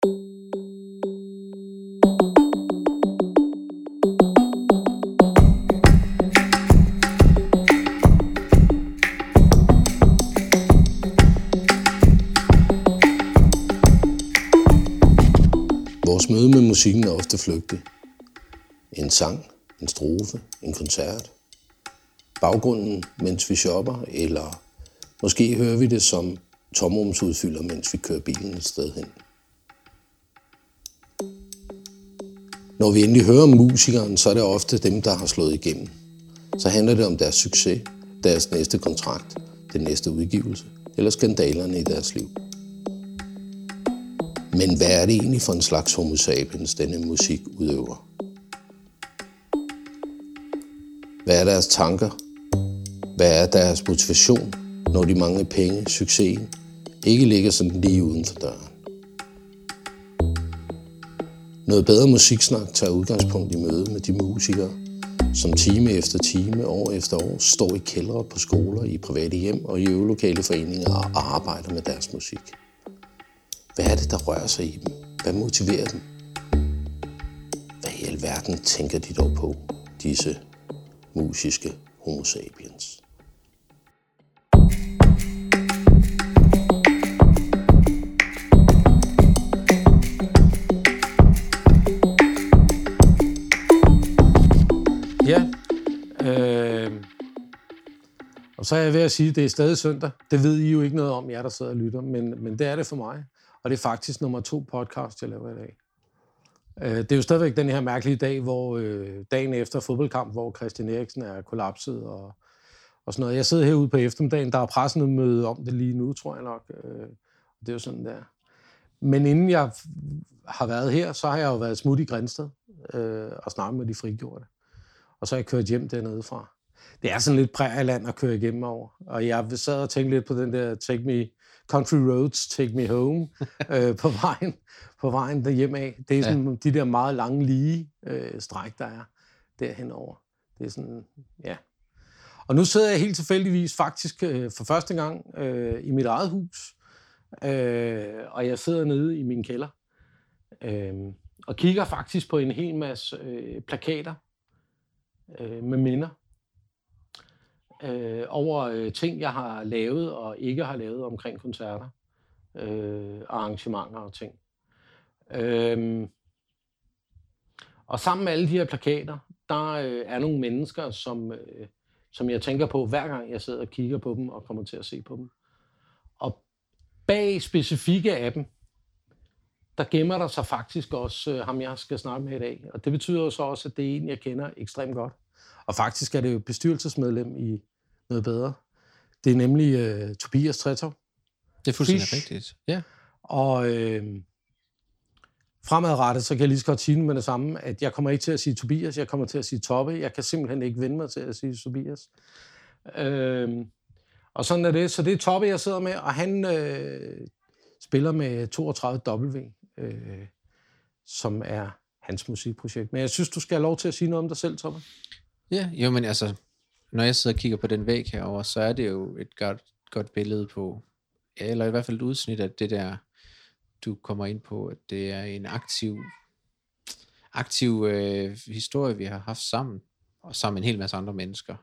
Vores møde med musikken er ofte flygtig. En sang, en strofe, en koncert. Baggrunden, mens vi shopper, eller måske hører vi det som tomrumsudfylder, mens vi kører bilen et sted hen. Når vi endelig hører om musikeren, så er det ofte dem, der har slået igennem. Så handler det om deres succes, deres næste kontrakt, den næste udgivelse, eller skandalerne i deres liv. Men hvad er det egentlig for en slags homo sapiens, denne musik udøver? Hvad er deres tanker? Hvad er deres motivation, når de mange penge, succesen, ikke ligger sådan lige uden for døren? Noget bedre musiksnak tager udgangspunkt i møde med de musikere, som time efter time, år efter år, står i kældre på skoler, i private hjem og i øvelokale foreninger og arbejder med deres musik. Hvad er det, der rører sig i dem? Hvad motiverer dem? Hvad i alverden tænker de dog på, disse musiske homo sapiens? Ja, og så er jeg ved at sige, at det er stadig søndag. Det ved I jo ikke noget om, jer der sidder og lytter, men det er det for mig. Og det er faktisk nummer 2 podcast, jeg laver i dag. Det er jo stadigvæk den her mærkelige dag, hvor dagen efter fodboldkamp, hvor Christian Eriksen er kollapset og sådan noget. Jeg sidder herude på eftermiddagen, der er pressemøde om det lige nu, tror jeg nok. Det er jo sådan der. Men inden jeg har været her, så har jeg jo været smut i Grindsted og snakket med de frigjorte. Og så har jeg kørt hjem dernede fra. Det er sådan lidt prærieland at køre igennem over. Og jeg sad og tænkte lidt på den der Country Roads, Take Me Home på vejen derhjemme af. Det er sådan de der meget lange, lige stræk, der er derhenover. Det er sådan, ja. Og nu sidder jeg helt tilfældigvis faktisk for første gang i mit eget hus. Og jeg sidder nede i min kælder. Og kigger faktisk på en hel masse plakater med minder. Over ting, jeg har lavet og ikke har lavet omkring koncerter, arrangementer og ting. Og sammen med alle de her plakater, der er nogle mennesker, som jeg tænker på, hver gang jeg sidder og kigger på dem og kommer til at se på dem. Og bag specifikke af dem, der gemmer der sig faktisk også ham, jeg skal snakke med i dag. Og det betyder jo så også, at det er en, jeg kender ekstremt godt. Og faktisk er det jo bestyrelsesmedlem i Noget Bedre. Det er nemlig Tobias Tretov. Det er fuldstændig rigtigt. Ja. Og fremadrettet, så kan jeg lige så godt sige med det samme, at jeg kommer ikke til at sige Tobias, jeg kommer til at sige Tobbe. Jeg kan simpelthen ikke vende mig til at sige Tobias. Og sådan er det. Så det er Tobbe, jeg sidder med, og han spiller med 32W, som er hans musikprojekt. Men jeg synes, du skal have lov til at sige noget om dig selv, Tobbe. Ja, jo, men altså, når jeg sidder og kigger på den væg herover, så er det jo et godt billede på, eller i hvert fald et udsnit af det der, du kommer ind på, at det er en aktiv historie, vi har haft sammen, og sammen med en hel masse andre mennesker.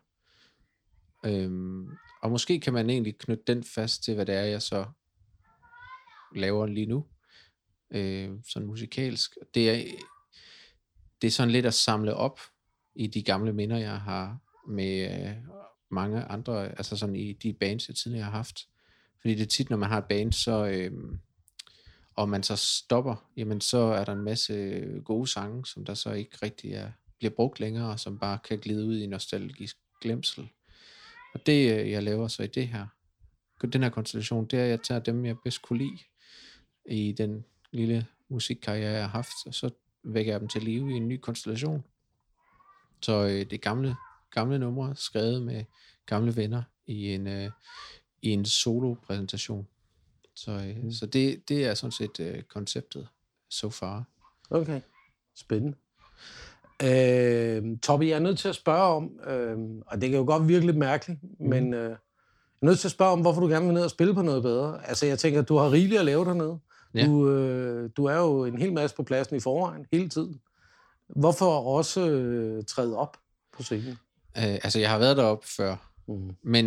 Og måske kan man egentlig knytte den fast til, hvad det er, jeg så laver lige nu, sådan musikalsk. Det er sådan lidt at samle op i de gamle minder, jeg har med mange andre, altså sådan i de bands, jeg tidligere har haft. Fordi det er tit, når man har et band, så, og man så stopper, jamen så er der en masse gode sange, som der så ikke rigtig bliver brugt længere, og som bare kan glide ud i nostalgisk glemsel. Og det, jeg laver så i den her konstellation, det er, at jeg tager dem, jeg bedst kunne lide i den lille musikkarriere, jeg har haft, og så vækker jeg dem til live i en ny konstellation. Så det er gamle numre, skrevet med gamle venner i en solo-præsentation. Så det er sådan set konceptet so far. Okay, spændende. Tobbe, jeg er nødt til at spørge om, og det kan jo godt virke lidt mærkeligt, men jeg er nødt til at spørge om, hvorfor du gerne vil ned og spille på Noget Bedre. Altså, jeg tænker, at du har rigeligt at lave dernede. Ja. Du er jo en hel masse på pladsen i forvejen, hele tiden. Hvorfor også træde op på scenen? Altså, jeg har været deroppe før, Mm. men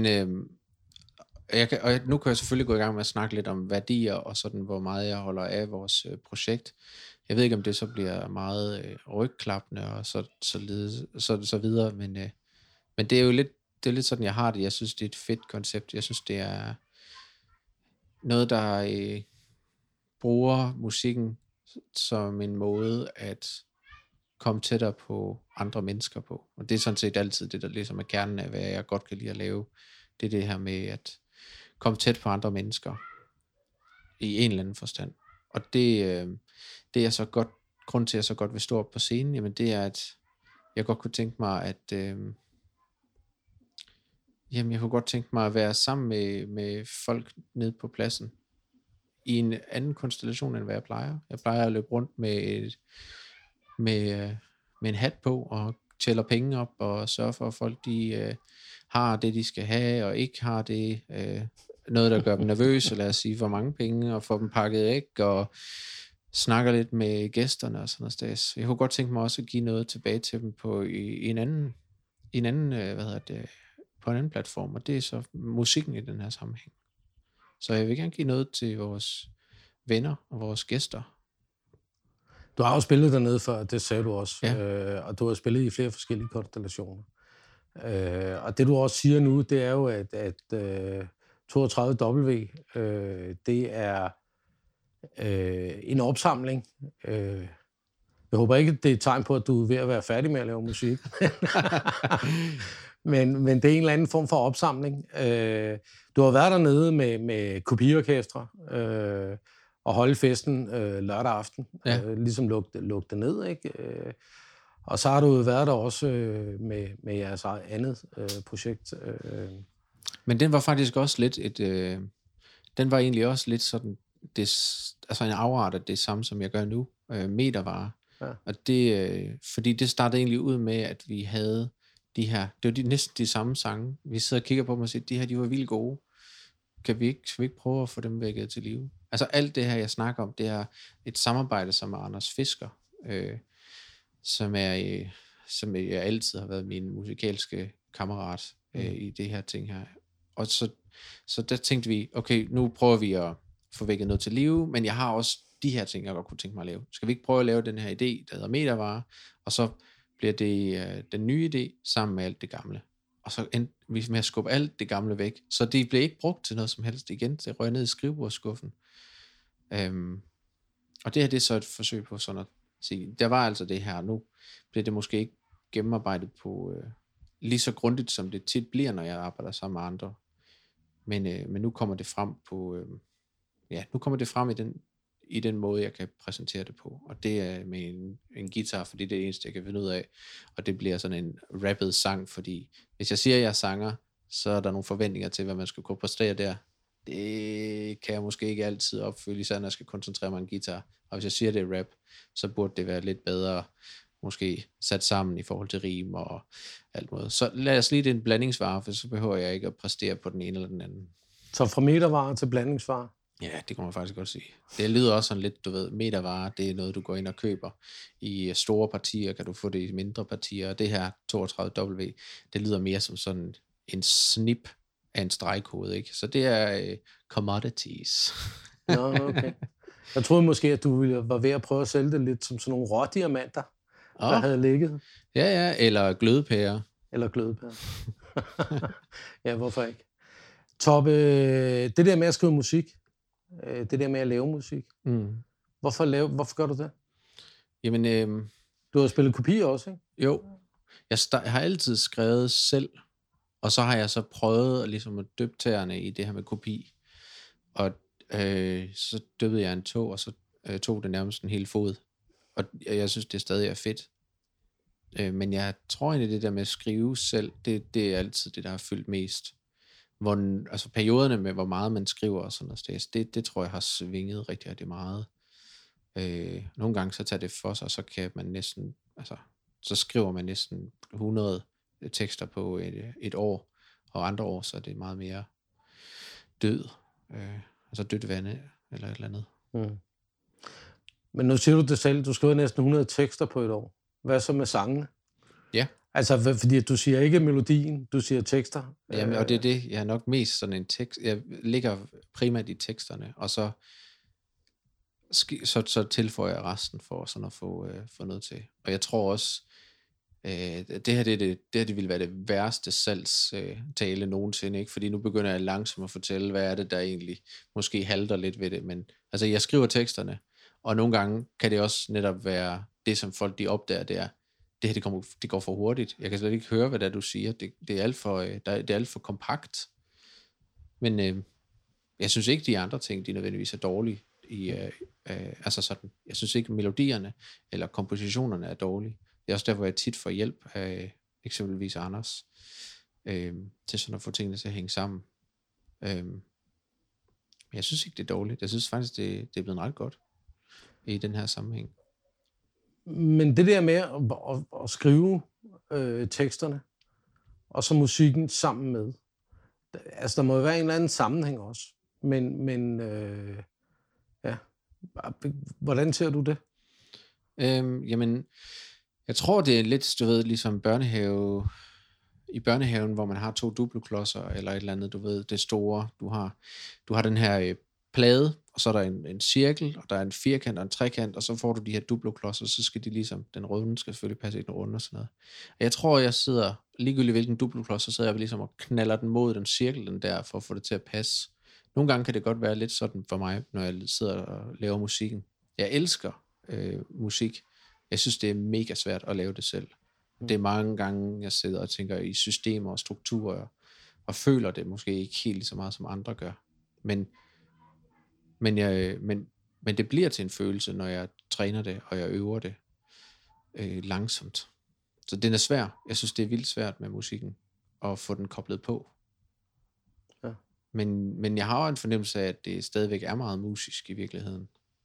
nu kan jeg selvfølgelig gå i gang med at snakke lidt om værdier, og sådan, hvor meget jeg holder af vores projekt. Jeg ved ikke, om det så bliver meget rygklappende og så videre, men det er jo lidt sådan, jeg har det. Jeg synes, det er et fedt koncept. Jeg synes, det er noget, der bruger musikken som en måde at komme tættere på andre mennesker på. Og det er sådan set altid det, der ligesom er kernen af, hvad jeg godt kan lide at lave. Det er det her med at komme tæt på andre mennesker i en eller anden forstand. Og det er så godt, grund til, at jeg så godt vil stå op på scenen, jamen det er, at jeg godt kunne tænke mig, at jeg kunne godt tænke mig at være sammen med folk nede på pladsen i en anden konstellation, end hvad jeg plejer. Jeg plejer at løbe rundt med en hat på og tæller penge op og sørger for, at folk de har det, de skal have, og ikke har det, noget, der gør dem nervøse, lad os sige, for mange penge, og får dem pakket væk, og snakker lidt med gæsterne og sådan noget sted. Jeg kunne godt tænke mig også at give noget tilbage til dem på en anden på en anden platform, og det er så musikken i den her sammenhæng. Så jeg vil gerne give noget til vores venner og vores gæster. Du har jo spillet dernede før, det sagde du også, Ja. og du har spillet i flere forskellige konstellationer. Og det du også siger nu, det er jo, at 32W, det er en opsamling. Jeg håber ikke, det er et tegn på, at du er ved at være færdig med at lave musik. men det er en eller anden form for opsamling. Du har været dernede med kopiorkestre og holde festen lørdag aften. Ja. Ligesom lukke det ned, ikke? Og så har du jo været der også med jeres andet projekt. Men den var faktisk også lidt den var egentlig også lidt sådan, altså en afart af det samme, som jeg gør nu, metervare. Ja. Og det, fordi det startede egentlig ud med, at vi havde de her, det var næsten de samme sange. Vi sidder og kigger på dem og siger, de her, de var vildt gode. Skal vi ikke prøve at få dem vækket til live? Altså alt det her, jeg snakker om, det er et samarbejde som Anders Fisker, som jeg altid har været min musikalske kammerat i det her ting her. Og så der tænkte vi, okay, nu prøver vi at få vækket noget til live, men jeg har også de her ting, jeg godt kunne tænke mig at lave. Skal vi ikke prøve at lave den her idé, der hedder metervare, og så bliver det den nye idé sammen med alt det gamle. Og så endte vi med at skubbe alt det gamle væk. Så det blev ikke brugt til noget som helst igen. Det røg ned i skrivebordsskuffen. Og det her, det er så et forsøg på sådan at sige, der var altså det her. Nu bliver det måske ikke gennemarbejdet på lige så grundigt, som det tit bliver, når jeg arbejder sammen med andre. Men nu kommer det frem på nu kommer det frem i den måde, jeg kan præsentere det på. Og det er med en guitar, fordi det er det eneste, jeg kan finde ud af. Og det bliver sådan en rappet sang, fordi hvis jeg siger, at jeg er sanger, så er der nogle forventninger til, hvad man skal kunne præstere der. Det kan jeg måske ikke altid opfylde, især når jeg skal koncentrere mig om en guitar. Og hvis jeg siger, det er rap, så burde det være lidt bedre, måske sat sammen i forhold til rim og alt noget. Så lad os lige det en blandingsvare, for så behøver jeg ikke at præstere på den ene eller den anden. Så fra metervare til blandingsvare? Ja, det kan man faktisk godt sige. Det lyder også sådan lidt, du ved, metervare, det er noget, du går ind og køber. I store partier kan du få det i mindre partier, og det her 32W, det lyder mere som sådan en snip af en stregkode, ikke? Så det er commodities. Nå, okay. Jeg troede måske, at du var ved at prøve at sælge det lidt som sådan nogle rådiamanter, der havde ligget. Ja, eller glødepærer. Ja, hvorfor ikke? Tobbe, det der med at skrive musik, det der med at lave musik, hvorfor gør du det? Jamen, du har spillet kopier også, ikke? Jo, jeg har altid skrevet selv, og så har jeg så prøvet ligesom at døbe tæerne i det her med kopi, og så døbede jeg en tog, og så tog det nærmest en hel fod, og jeg synes, det stadig er fedt. Men jeg tror egentlig, det der med at skrive selv, det er altid det, der har fyldt mest. Altså perioderne med, hvor meget man skriver og sådan noget, det tror jeg har svinget rigtig, rigtig meget. Nogle gange så tager det for sig, så kan man næsten, altså, så skriver man næsten 100 tekster på et år, og andre år, så er det meget mere død. Altså dødt vande, eller et eller andet. Men nu siger du det selv, du skriver næsten 100 tekster på et år. Hvad så med sangene? Ja. Altså, fordi du siger ikke melodien, du siger tekster. Jamen, og det er det, jeg er nok mest sådan en tekst, jeg ligger primært i teksterne, og så tilføjer jeg resten for sådan at få noget til. Og jeg tror også, det her vil være det værste salgstale nogensinde, ikke? Fordi nu begynder jeg langsomt at fortælle, hvad er det, der egentlig måske halter lidt ved det, men altså, jeg skriver teksterne, og nogle gange kan det også netop være det, som folk de opdager, det er, det her det går for hurtigt. Jeg kan slet ikke høre, hvad det er, du siger. Det er alt for kompakt. Men jeg synes ikke, de andre ting, de nødvendigvis er dårlige. Altså sådan, jeg synes ikke, melodierne eller kompositionerne er dårlige. Det er også der, hvor jeg tit får hjælp af eksempelvis Anders til sådan at få tingene til at hænge sammen. Jeg synes ikke, det er dårligt. Jeg synes faktisk, det er blevet ret godt i den her sammenhæng. Men det der med at skrive teksterne, og så musikken sammen med, altså der må jo være en eller anden sammenhæng også. Men ja, hvordan ser du det? Jamen, jeg tror, det er lidt, du ved, ligesom i børnehaven, hvor man har 2 duploklodser, eller et eller andet, du ved, det store, du har den her plade, og så er der en cirkel, og der er en firkant og en trekant, og så får du de her duploklodser, og så skal de ligesom, den runde skal selvfølgelig passe i den runde og sådan noget. Og jeg tror, jeg sidder, ligegyldigt hvilken duploklods, så sidder jeg ligesom og knaller den mod den cirkel, den der, for at få det til at passe. Nogle gange kan det godt være lidt sådan for mig, når jeg sidder og laver musikken. Jeg elsker musik. Jeg synes, det er mega svært at lave det selv. Det er mange gange, jeg sidder og tænker i systemer og strukturer, og føler det måske ikke helt lige så meget, som andre gør. Men det bliver til en følelse, når jeg træner det, og jeg øver det langsomt. Så den er svær. Jeg synes, det er vildt svært med musikken, at få den koblet på. Ja. Men jeg har en fornemmelse af, at det stadigvæk er meget musisk i virkeligheden.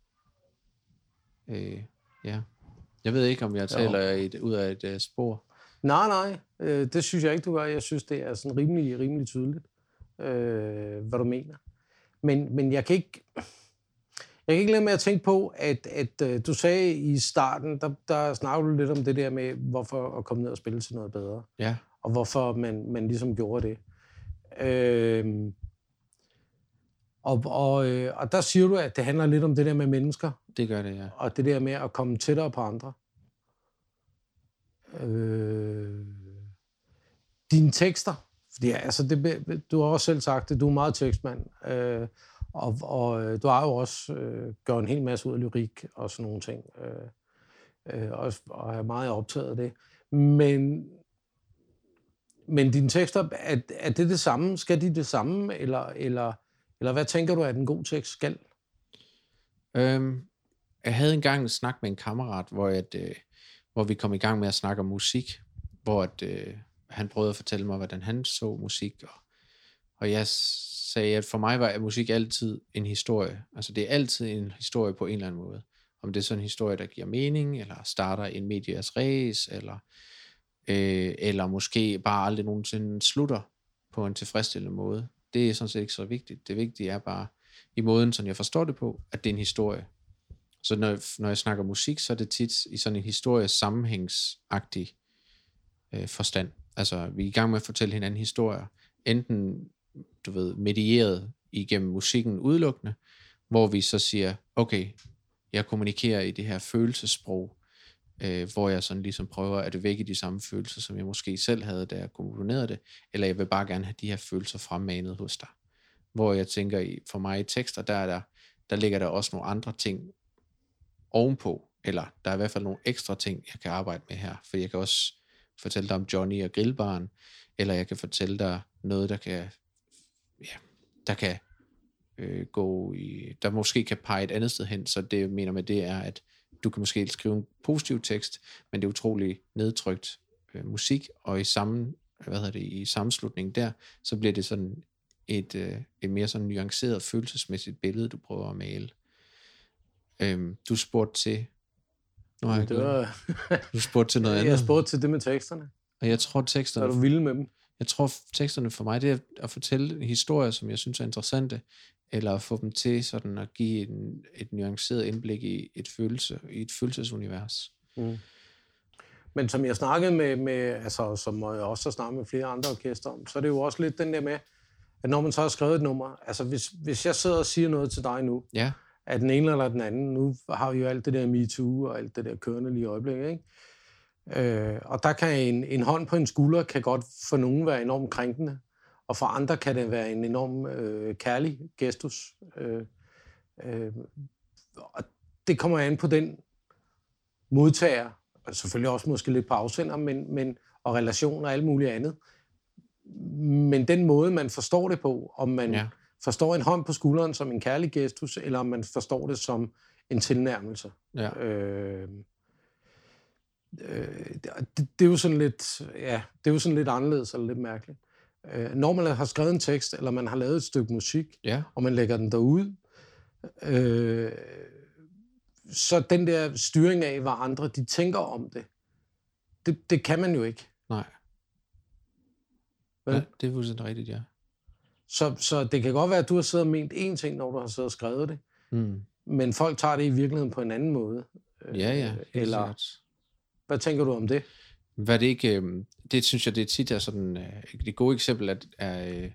Ja. Jeg ved ikke, om jeg taler ud af et spor. Nej, det synes jeg ikke, du gør. Jeg synes, det er sådan rimelig tydeligt, hvad du mener. Men jeg kan ikke lade med at tænke på, at du sagde i starten, der snakkede du lidt om det der med, hvorfor at komme ned og spille til noget bedre. Ja. Og hvorfor man ligesom gjorde det. Og der siger du, at det handler lidt om det der med mennesker. Det gør det, ja. Og det der med at komme tættere på andre. Dine tekster, fordi altså du har også selv sagt det, du er meget tekstmand, og du har jo også gjort en hel masse ud af lyrik og sådan nogle ting, og er meget optaget af det. Men dine tekster, er det samme? Skal de det samme, eller hvad tænker du, at en god tekst skal? Jeg havde engang en snak med en kammerat, hvor vi kom i gang med at snakke om musik, hvor han prøvede at fortælle mig, hvordan han så musik, og jeg sagde, at for mig var musik altid en historie. Altså det er altid en historie på en eller anden måde. Om det er sådan en historie, der giver mening, eller starter en medias res, eller måske bare aldrig nogensinde slutter på en tilfredsstillende måde. Det er sådan set ikke så vigtigt. Det vigtige er bare i måden, som jeg forstår det på, at det er en historie. Så når jeg snakker musik, så er det tit i sådan en historiesammenhængsagtig forstand. Altså, vi er i gang med at fortælle hinanden historier, enten, du ved, medieret igennem musikken udelukkende, hvor vi så siger, okay, jeg kommunikerer i det her følelsessprog, hvor jeg sådan ligesom prøver at vække de samme følelser, som jeg måske selv havde, da jeg komponerede det, eller jeg vil bare gerne have de her følelser fremmanet hos dig. Hvor jeg tænker, for mig i tekster, der ligger der også nogle andre ting ovenpå, eller der er i hvert fald nogle ekstra ting, jeg kan arbejde med her, for jeg kan også fortælle dig om Johnny og grillbaren, eller jeg kan fortælle dig noget, der måske kan pege et andet sted hen, så det jeg mener med det er, at du kan måske skrive en positiv tekst, men det er utrolig nedtrykt musik, og i sammenslutningen der, så bliver det sådan et mere sådan nuanceret, følelsesmæssigt billede, du prøver at male. Du spurgte til... Du spurgte til noget andet. Jeg spurgte til det med teksterne. Og jeg tror, teksterne... Er du vild med dem? Jeg tror, teksterne for mig, det er at fortælle historier, som jeg synes er interessante, eller at få dem til sådan at give et nuanceret indblik i et følelsesunivers. Mm. Men som jeg snakkede med altså som jeg også har snakket med flere andre orkester om, så er det jo også lidt den der med, at når man så har skrevet et nummer, altså hvis jeg sidder og siger noget til dig nu, Ja. at den ene eller den anden, nu har vi jo alt det der MeToo og alt det der kørende lige i øjeblikket, ikke? Og der kan en hånd på en skulder kan godt for nogen være enormt krænkende, og for andre kan det være en enorm kærlig gestus. Og det kommer an på den modtager, og selvfølgelig også måske lidt på afsender, men og relationer og alt muligt andet. Men den måde, man forstår det på, om man forstår en hånd på skulderen som en kærlig gestus, eller om man forstår det som en tilnærmelse. Ja. Det er jo sådan lidt, det er jo sådan lidt anderledes eller lidt mærkeligt. Når man har skrevet en tekst, eller man har lavet et stykke musik, og man lægger den derud, så den der styring af, hvad andre de tænker om det kan man jo ikke. Nej. Ja, det er fuldstændig rigtigt, ja. Så det kan godt være, at du har siddet og ment én ting, når du har siddet og skrevet det, men folk tager det i virkeligheden på en anden måde. Ja, eller sikkert. Hvad tænker du om det? Hvad det ikke, det synes jeg, det er tit er sådan, det gode eksempel er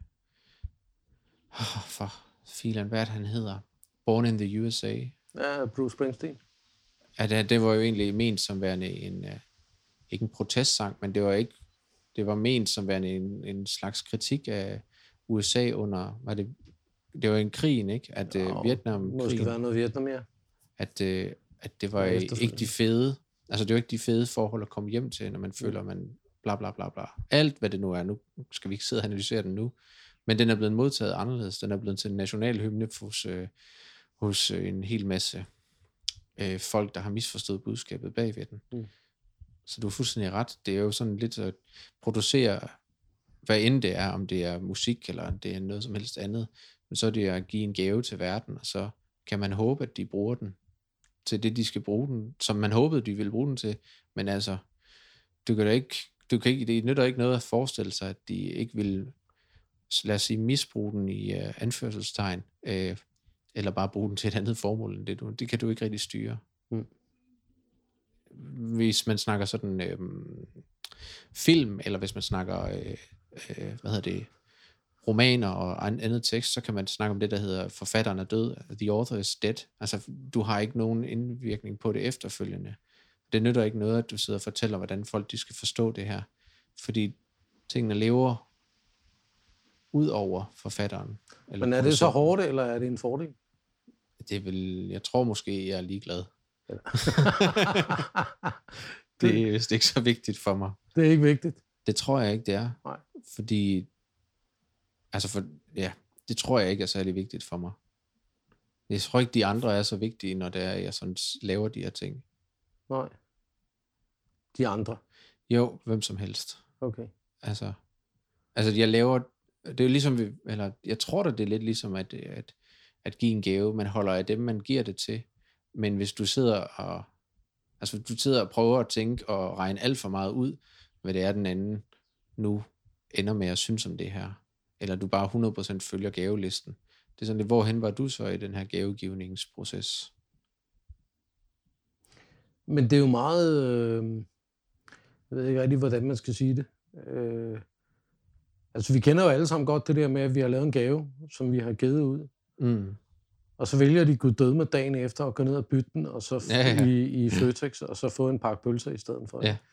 for filen, hvad han hedder, Born in the USA. Ja, Bruce Springsteen. Ja, det var jo egentlig ment som værende ikke en protestsang, men det var ment som værende en slags kritik af USA under, det var en krig, ikke? At Vietnam. Måske være noget Vietnam, ja. At det var ikke de fede, altså det var ikke de fede forhold at komme hjem til, når man føler, man bla bla bla bla. Alt hvad det nu er, nu skal vi ikke sidde og analysere den nu, men den er blevet modtaget anderledes. Den er blevet til en national hymne hos en hel masse folk, der har misforstået budskabet bagved den. Så du er fuldstændig ret. Det er jo sådan lidt at producere, hvad end det er, om det er musik, eller om det er noget som helst andet, men så er det at give en gave til verden, og så kan man håbe, at de bruger den til det, de skal bruge den, som man håbede, de ville bruge den til. Men altså, det nytter ikke noget at forestille sig, at de ikke vil, lad os sige, misbruge den i anførselstegn, eller bare bruge den til et andet formål end det. Det kan du ikke rigtig styre. Hvis man snakker sådan film, eller hvis man snakker romaner og andet tekst, så kan man snakke om det, der hedder forfatteren er død, the author is dead. Altså, du har ikke nogen indvirkning på det efterfølgende. Det nytter ikke noget, at du sidder og fortæller, hvordan folk de skal forstå det her. Fordi tingene lever ud over forfatteren. Men er det så hårdt, eller er det en fordel? Jeg tror måske, jeg er ligeglad. Det er vist ikke så vigtigt for mig. Det er ikke vigtigt? Det tror jeg ikke, det er. Nej. Fordi, det tror jeg ikke er særlig vigtigt for mig. Jeg tror ikke, de andre er så vigtige, når det er, jeg sådan laver de her ting. Nej. De andre? Jo, hvem som helst. Okay. Altså jeg laver, det er jo ligesom, jeg tror da, det er lidt ligesom, at give en gave, man holder af dem, man giver det til. Men hvis du sidder og prøver at tænke og regne alt for meget ud, hvad det er, den anden nu ender med at synes om det her, eller du bare 100% følger gavelisten. Det er sådan lidt, hvorhen var du så i den her gavegivningsproces? Men det er jo meget, jeg ved ikke rigtig, hvordan man skal sige det. Altså vi kender jo alle sammen godt det der med, at vi har lavet en gave, som vi har givet ud. Og så vælger de gud død med dagen efter og gå ned og bytte den, og så i Føtex, og så få en pakke pølser i stedet for. Ja.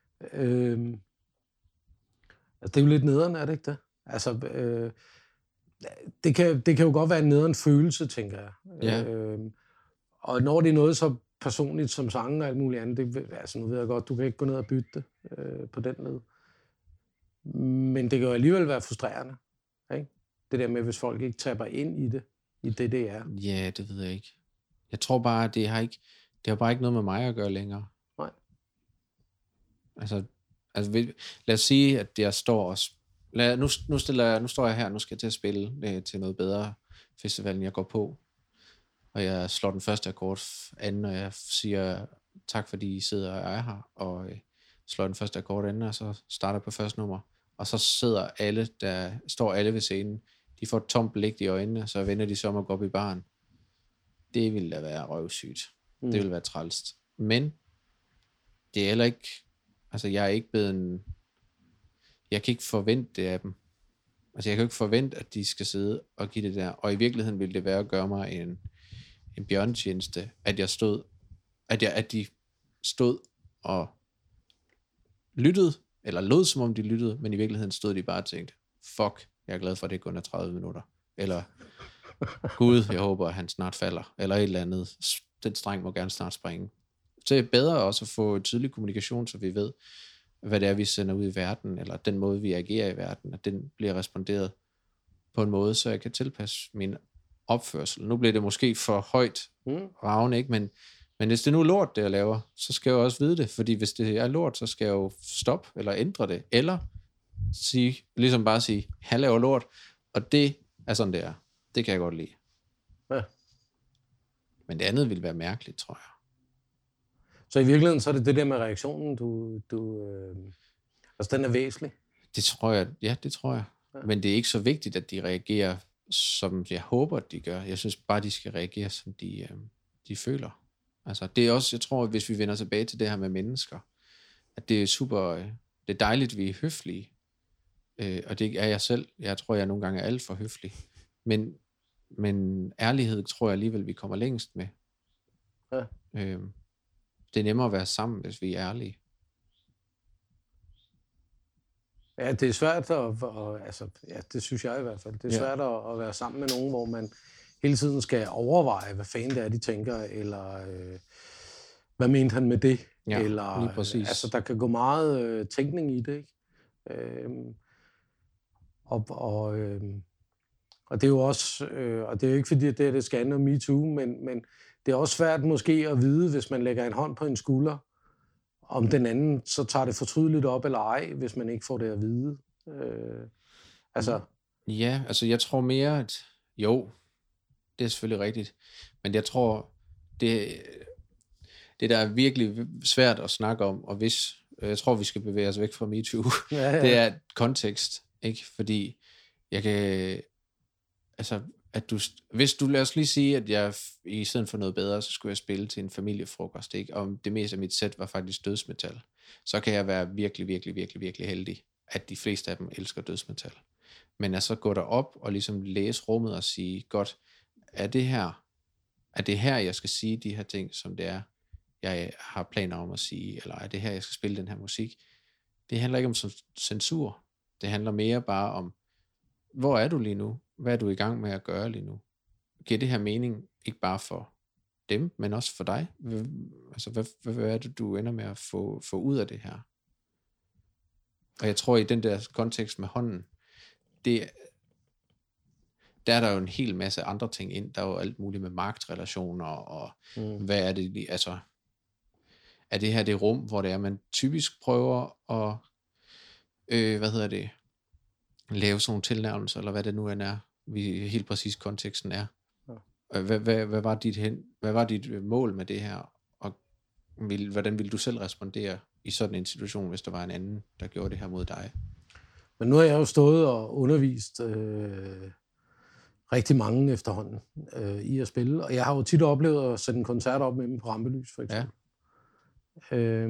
Altså det er jo lidt nederen, er det ikke det? Altså, det kan jo godt være en nederen følelse, tænker jeg. Ja. Og når det er noget så personligt som sangen og alt muligt andet, altså nu ved jeg godt, du kan ikke gå ned og bytte det på den led. Men det kan jo alligevel være frustrerende, ikke? Det der med, hvis folk ikke tapper ind i det, i det er. Ja, det ved jeg ikke. Jeg tror bare, at det har bare ikke noget med mig at gøre længere. Nej. Altså lad os sige, at jeg står og nu står jeg her, nu skal jeg til at spille til noget bedre festival, end jeg går på. Og jeg slår den første akkord anden, og jeg siger tak, fordi I sidder og er her, og slår den første akkord anden, og så starter på første nummer. og så står alle ved scenen, de får et tomt blik i øjnene, så vender de så om at gå op i baren. Det ville da være røvsygt. Det ville være trælst. Men det er heller ikke, altså jeg kan ikke forvente det af dem. Altså jeg kan ikke forvente, at de skal sidde og give det der, og i virkeligheden ville det være at gøre mig en bjørnetjeneste, at de stod og lyttede, eller lød som om de lyttede, men i virkeligheden stod de bare og tænkte, fuck, jeg er glad for, at det kun er 30 minutter. Eller, Gud, jeg håber, at han snart falder. Eller et eller andet. Den streng må gerne snart springe. Så det er bedre også at få tydelig kommunikation, så vi ved, hvad det er, vi sender ud i verden, eller den måde, vi agerer i verden, at den bliver responderet på en måde, så jeg kan tilpasse min opførsel. Nu bliver det måske for højt ravne, ikke? Men hvis det nu er lort, det jeg laver, så skal jeg også vide det, fordi hvis det er lort, så skal jeg jo stoppe eller ændre det, eller ligesom bare sige, han laver lort, og det er sådan, det er. Det kan jeg godt lide. Ja. Men det andet ville være mærkeligt, tror jeg. Så i virkeligheden, så er det der med reaktionen, altså den er væsentlig? Det tror jeg, ja, det tror jeg. Ja. Men det er ikke så vigtigt, at de reagerer, som jeg håber, at de gør. Jeg synes bare, de skal reagere, som de føler. Altså, det er også, jeg tror, hvis vi vender tilbage til det her med mennesker, at det er super, det er dejligt, at vi er høflige. Og det er jeg selv. Jeg tror, jeg nogle gange er alt for høflig. Men ærlighed tror jeg alligevel, vi kommer længst med. Ja. Det er nemmere at være sammen, hvis vi er ærlige. Ja, det er svært det synes jeg i hvert fald. Det er svært at være sammen med nogen, hvor man hele tiden skal overveje, hvad fanden det er, de tænker, eller hvad mente han med det? Ja, eller, lige præcis. Altså, der kan gå meget tænkning i det, ikke? Og det er jo også, og det er jo ikke fordi, at det skal handle om MeToo, men det er også svært måske at vide, hvis man lægger en hånd på en skulder, om den anden så tager det fortrydeligt op eller ej, hvis man ikke får det at vide. Ja, altså jeg tror mere, at jo, det er selvfølgelig rigtigt, men jeg tror, det der er virkelig svært at snakke om, og jeg tror, vi skal bevæge os væk fra MeToo, det er kontekst, ikke? Fordi jeg kan, altså, hvis du, lad os lige sige, at jeg i stedet for noget bedre, så skulle jeg spille til en familiefrokost, ikke? Og det meste af mit sæt var faktisk dødsmetal. Så kan jeg være virkelig, virkelig, virkelig, virkelig heldig, at de fleste af dem elsker dødsmetal. Men at så gå derop og ligesom læse rummet og sige, godt, er det her, jeg skal sige de her ting, som det er, jeg har planer om at sige, eller er det her, jeg skal spille den her musik? Det handler ikke om censur. Det handler mere bare om, hvor er du lige nu? Hvad er du i gang med at gøre lige nu? Giver det her mening ikke bare for dem, men også for dig? Hvad er det, du ender med at få ud af det her? Og jeg tror, i den der kontekst med hånden, der er der jo en hel masse andre ting ind. Der er jo alt muligt med magtrelationer, og hvad er det lige, altså, er det her det rum, hvor det er, man typisk prøver at, lave sådan nogle tilnærmelser, eller hvad det nu end er, helt præcis konteksten er. Ja. Hvad var dit mål med det her, og hvordan ville du selv respondere i sådan en situation, hvis der var en anden, der gjorde det her mod dig? Men nu har jeg jo stået og undervist rigtig mange efterhånden i at spille, og jeg har jo tit oplevet at sætte en koncert op med dem på Rampelys, for eksempel. Ja.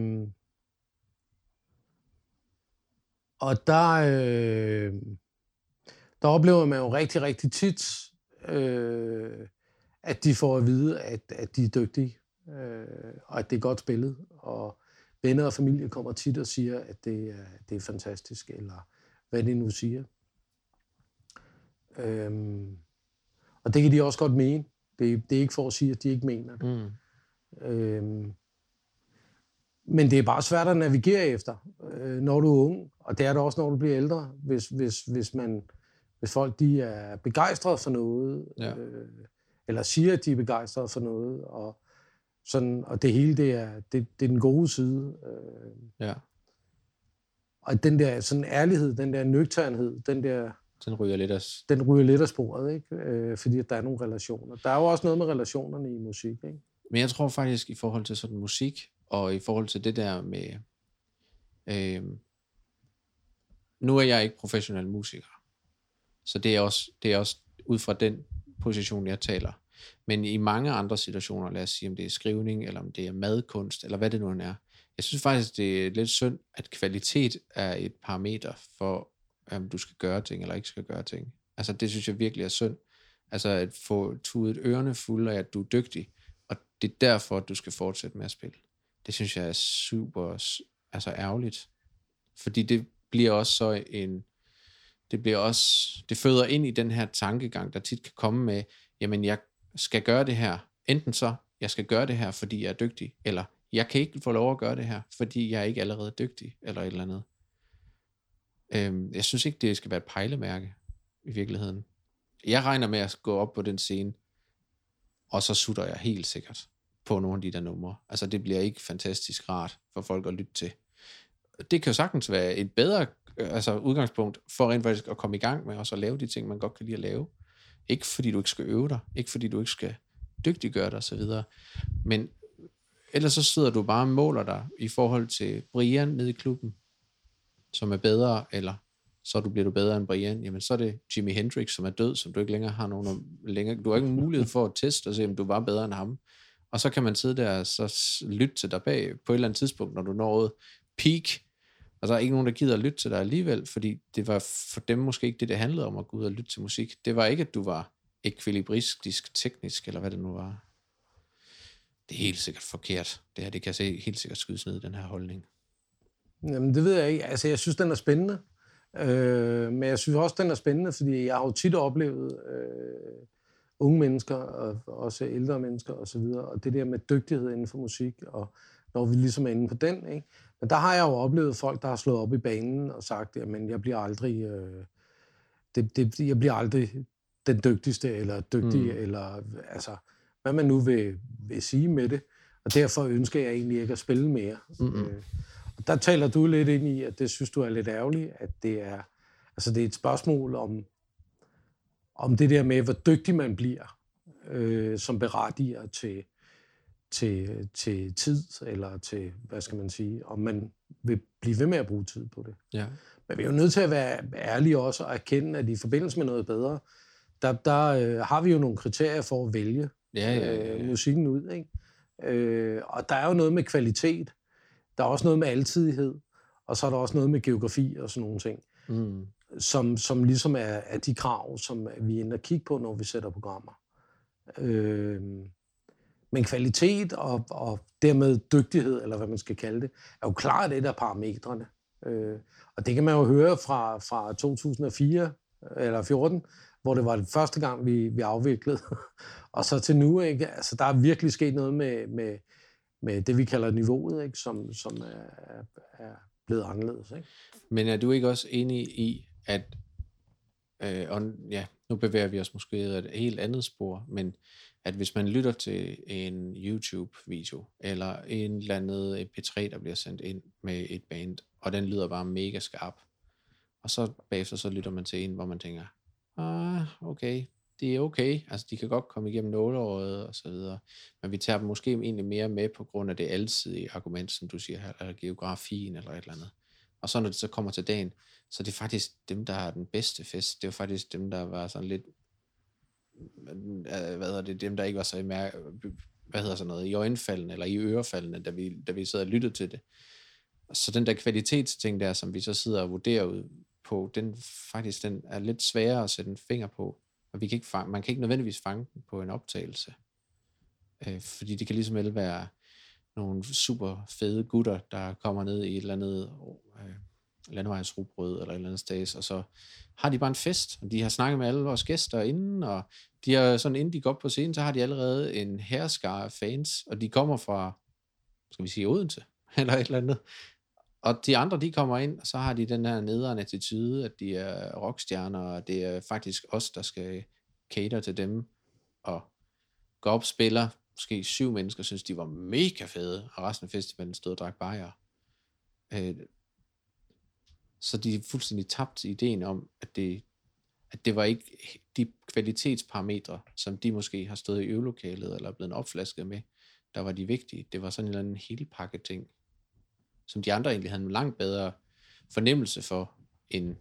Og der oplever man jo rigtig, rigtig tit, at de får at vide, at de er dygtige, og at det er godt spillet. Og venner og familie kommer tit og siger, at det er fantastisk, eller hvad de nu siger. Og det kan de også godt mene. Det er ikke for at sige, at de ikke mener det. Men det er bare svært at navigere efter, når du er ung. Og det er det også, når du bliver ældre. Hvis folk de er begejstrede for noget, eller siger, at de er begejstrede for noget, og det hele det er den gode side. Og den der sådan ærlighed, den der nøgternhed, den ryger lidt af sporet, ikke? Fordi at der er nogle relationer. Der er jo også noget med relationerne i musik, ikke? Men jeg tror faktisk, i forhold til sådan musik, og i forhold til det der med nu er jeg ikke professionel musiker, så det er også ud fra den position, jeg taler. Men i mange andre situationer, lad os sige, om det er skrivning, eller om det er madkunst, eller hvad det nu er, jeg synes faktisk, det er lidt synd, at kvalitet er et parameter for, om du skal gøre ting, eller ikke skal gøre ting. Altså, det synes jeg virkelig er synd. Altså, at få tudet ørerne fulde af, at du er dygtig, og det er derfor, at du skal fortsætte med at spille. Det synes jeg er super ærgerligt. Fordi det bliver også så det føder ind i den her tankegang, der tit kan komme med, jamen jeg skal gøre det her, enten så, jeg skal gøre det her, fordi jeg er dygtig, eller jeg kan ikke få lov at gøre det her, fordi jeg er ikke allerede dygtig, eller et eller andet. Jeg synes ikke, det skal være et pejlemærke, i virkeligheden. Jeg regner med at gå op på den scene, og så sutter jeg helt sikkert på nogle af de der numre. Altså det bliver ikke fantastisk rart for folk at lytte til. Det kan jo sagtens være et bedre udgangspunkt for rent faktisk at komme i gang med, og så lave de ting, man godt kan lide at lave. Ikke fordi du ikke skal øve dig, ikke fordi du ikke skal dygtiggøre dig osv. Men ellers så sidder du bare og måler dig i forhold til Brian nede i klubben, som er bedre, eller så bliver du bedre end Brian, jamen så er det Jimi Hendrix, som er død, som du ikke længere har nogen længere. Du har ikke mulighed for at teste og se, om du var bedre end ham. Og så kan man sidde der og så lytte til dig bag på et eller andet tidspunkt, når du når peak, og så er ikke nogen, der gider at lytte til dig alligevel, fordi det var for dem måske ikke det handlede om at gå ud og lytte til musik. Det var ikke, at du var ekvilibristisk, teknisk, eller hvad det nu var. Det er helt sikkert forkert. Det kan se helt sikkert skydes ned, den her holdning. Jamen, det ved jeg ikke. Altså, jeg synes, den er spændende. Men jeg synes også, den er spændende, fordi jeg har jo tit oplevet unge mennesker, og også ældre mennesker osv., og det der med dygtighed inden for musik, og når vi ligesom er inde på den, ikke? Men der har jeg jo oplevet folk, der har slået op i banen og sagt, jamen, jeg bliver aldrig, jeg bliver aldrig den dygtigste, eller dygtig, eller altså, hvad man nu vil sige med det, og derfor ønsker jeg egentlig ikke at spille mere. Og der taler du lidt ind i, at det synes du er lidt ærgerligt, at det er et spørgsmål om det der med, hvor dygtig man bliver, som berettiger til tid, eller til, hvad skal man sige, om man vil blive ved med at bruge tid på det. Ja. Men vi er jo nødt til at være ærlige også, og erkende, at i forbindelse med noget bedre, der har vi jo nogle kriterier for at vælge musikken ud, ikke? Og der er jo noget med kvalitet, der er også noget med altidighed, og så er der også noget med geografi og sådan nogle ting, som ligesom er de krav, som vi er inde og kigge på, når vi sætter programmer. Men kvalitet og dermed dygtighed, eller hvad man skal kalde det, er jo klart et af parametrene. Og det kan man jo høre fra 2004 eller 14, hvor det var det første gang, vi afviklede. Og så til nu, ikke? Altså, der er virkelig sket noget med det, vi kalder niveauet, ikke? Som er blevet anderledes. Ikke? Men er du ikke også enig i, at nu bevæger vi os måske et helt andet spor, men at hvis man lytter til en YouTube-video, eller en eller andet MP3, der bliver sendt ind med et band, og den lyder bare mega skarp, og så bagefter så lytter man til en, hvor man tænker, okay, det er okay, altså de kan godt komme igennem nåleåret og så videre, men vi tager dem måske egentlig mere med på grund af det alsidige argument, som du siger her, eller geografien eller et eller andet. Og så når det så kommer til dagen, så det er faktisk dem, der har den bedste fest. Det er faktisk dem, der var sådan lidt, dem, der ikke var så i øjenfaldene eller i ørefaldene, da vi sad og lyttede til det. Så den der kvalitetsting der, som vi så sidder og vurderer ud på, den er lidt sværere at sætte en finger på. Og man kan ikke nødvendigvis fange den på en optagelse. Fordi det kan ligesom vel være nogle super fede gutter, der kommer ned i et eller andet landevejsrugbrød eller et eller andet sted, og så har de bare en fest, og de har snakket med alle vores gæster inden, og de har sådan, inden de går op på scenen, så har de allerede en hærskare af fans, og de kommer fra, skal vi sige, Odense, eller et eller andet. Og de andre, de kommer ind, og så har de den her nederen attitude, at de er rockstjerner, og det er faktisk os, der skal cater til dem, og gå op og spiller. Måske 7 mennesker synes, de var mega fede, og resten af festivalen stod og drak bajer. Så de er fuldstændig tabt ideen om, at det var ikke de kvalitetsparametre, som de måske har stået i øvelokalet, eller er blevet opflasket med, der var de vigtige. Det var sådan en eller anden helpakke ting, som de andre egentlig havde en langt bedre fornemmelse for, end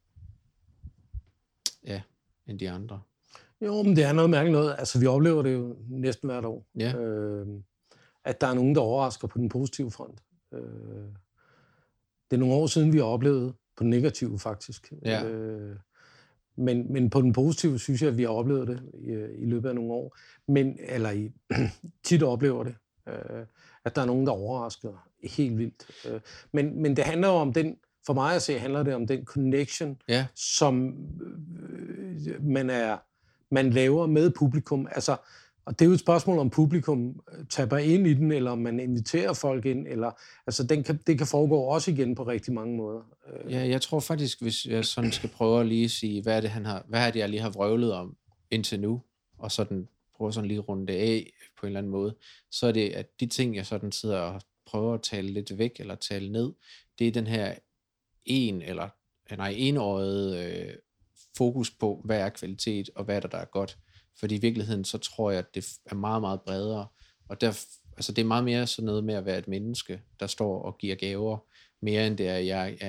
de andre. Jo, men det er noget mærkeligt noget. Altså, vi oplever det jo næsten hvert år. Ja. At der er nogen, der overrasker på den positive front. Det er nogle år siden, vi har oplevet på den negative, faktisk. Ja. Men på den positive, synes jeg, at vi har oplevet det i løbet af nogle år. Tit oplever det, at der er nogen, der overrasker helt vildt. Men det handler jo om den, for mig at se, handler det om den connection, som man laver med publikum. Altså, og det er jo et spørgsmål, om publikum taber ind i den, eller om man inviterer folk ind, eller altså det kan foregå også igen på rigtig mange måder. Ja, jeg tror faktisk, hvis jeg sådan skal prøve at lige sige, hvad er det, jeg lige har vrøvlet om indtil nu, og sådan prøve sådan lige runde det af på en eller anden måde, så er det, at de ting, jeg sådan sidder og prøver at tale lidt væk, eller tale ned, det er den her enårede fokus på, hvad er kvalitet, og hvad er der er godt. Fordi i virkeligheden, så tror jeg, at det er meget, meget bredere. Og det er meget mere sådan noget med at være et menneske, der står og giver gaver, mere end det er,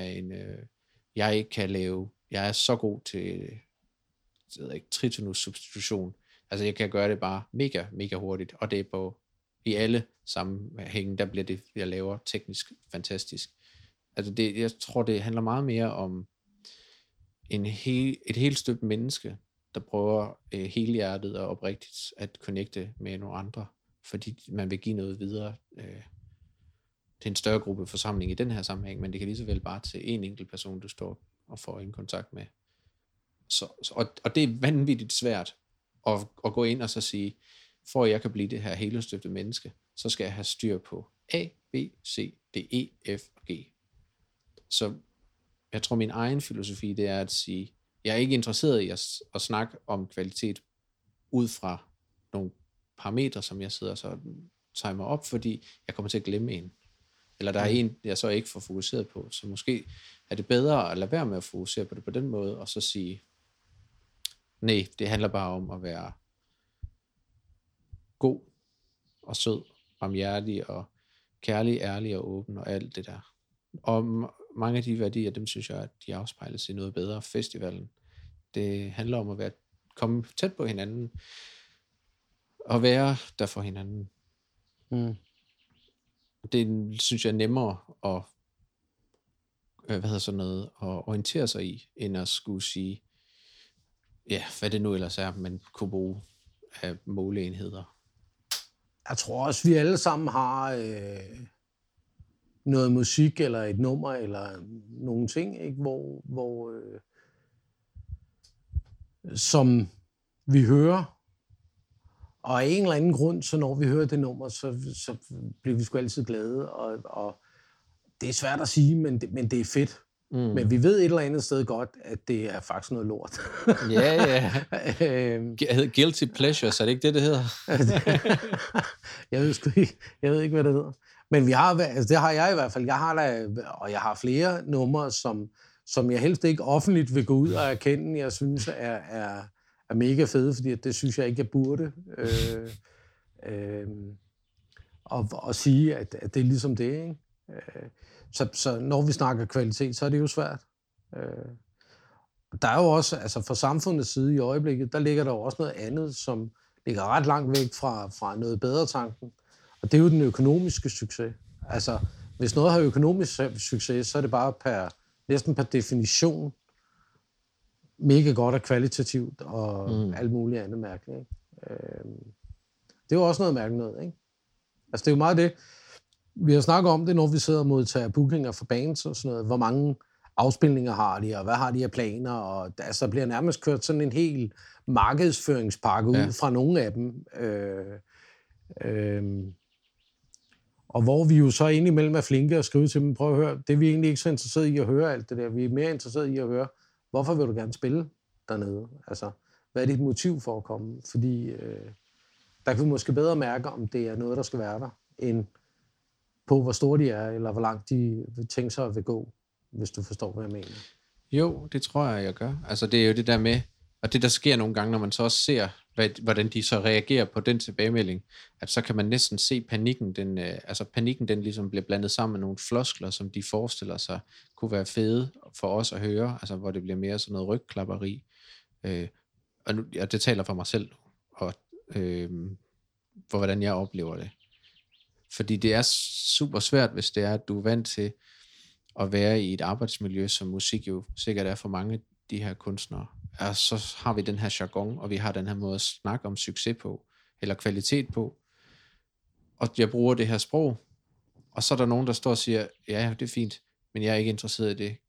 jeg er så god til tritonus-substitution. Altså jeg kan gøre det bare mega, mega hurtigt, og det er i alle sammenhænge, der bliver det, jeg laver, teknisk fantastisk. Altså jeg tror, det handler meget mere om et helt støbt menneske, der prøver helhjertet og oprigtigt at connecte med nogle andre, fordi man vil give noget videre til en større gruppe forsamling i den her sammenhæng, men det kan lige så vel bare til en enkelt person, du står og får en kontakt med. Og det er vanvittigt svært at gå ind og så sige, for at jeg kan blive det her helstøbte menneske, så skal jeg have styr på A, B, C, D, E, F og G. Så jeg tror, min egen filosofi, det er at sige, jeg er ikke interesseret i at snakke om kvalitet ud fra nogle parametre, som jeg sidder så timer op, fordi jeg kommer til at glemme en. Eller der er en, jeg så ikke får fokuseret på. Så måske er det bedre at lade være med at fokusere på det på den måde, og så sige, nej, det handler bare om at være god og sød, barmhjertig og kærlig, ærlig og åben og alt det der. Og mange af de værdier, dem synes jeg, at de afspejles i noget bedre. Festivalen, det handler om at komme tæt på hinanden og være der for hinanden. Det synes jeg er nemmere at at orientere sig i, end at skulle sige, ja, hvad det nu ellers er, man kunne bruge af måleenheder. Jeg tror også, vi alle sammen har noget musik, eller et nummer, eller nogle ting, ikke? Hvor som vi hører, og af en eller anden grund, så når vi hører det nummer, så bliver vi sgu altid glade, og det er svært at sige, men det er fedt. Men vi ved et eller andet sted godt, at det er faktisk noget lort. Ja. Guilty pleasures, er det ikke det hedder? Jeg ved ikke, hvad det hedder. Men vi har, altså det har jeg i hvert fald. Jeg har flere numre, som jeg helst ikke offentligt vil gå ud og erkende, jeg synes er mega fede, fordi det synes jeg ikke, jeg burde. Og sige, at det er ligesom det, ikke? Så når vi snakker kvalitet, så er det jo svært. Der er jo også, altså fra samfundets side i øjeblikket, der ligger der jo også noget andet, som ligger ret langt væk fra noget bedre tanken. Og det er jo den økonomiske succes. Altså, hvis noget har økonomisk succes, så er det bare næsten per definition mega godt og kvalitativt og alt muligt andet mærkeligt. Ikke? Det er jo også noget mærkeligt noget, ikke? Altså, det er jo meget det. Vi har snakket om det, når vi sidder og modtager bookinger for bands og sådan noget. Hvor mange afspilninger har de, og hvad har de af planer? Og altså, bliver nærmest kørt sådan en hel markedsføringspakke ud fra nogle af dem. Og hvor vi jo så indimellem er flinke at skrive til dem, prøv at høre, det er vi egentlig ikke så interesseret i at høre alt det der. Vi er mere interesseret i at høre, hvorfor vil du gerne spille dernede? Altså, hvad er dit motiv for at komme? Fordi der kan vi måske bedre mærke, om det er noget, der skal være der, end på, hvor store de er, eller hvor langt de vil tænke sig at vil gå, hvis du forstår, hvad jeg mener. Jo, det tror jeg gør. Altså, det er jo det der med, og det der sker nogle gange, når man så også ser hvordan de så reagerer på den tilbagemelding, at så kan man næsten se panikken, den ligesom bliver blandet sammen med nogle floskler, som de forestiller sig kunne være fede for os at høre, altså hvor det bliver mere sådan noget rygklapperi. Og nu, det taler for mig selv, og for hvordan jeg oplever det. Fordi det er super svært, hvis det er, at du er vant til at være i et arbejdsmiljø, som musik jo sikkert er for mange af de her kunstnere. Og så har vi den her jargon, og vi har den her måde at snakke om succes på, eller kvalitet på. Og jeg bruger det her sprog, og så er der nogen, der står og siger, ja, det er fint, men jeg er ikke interesseret i det.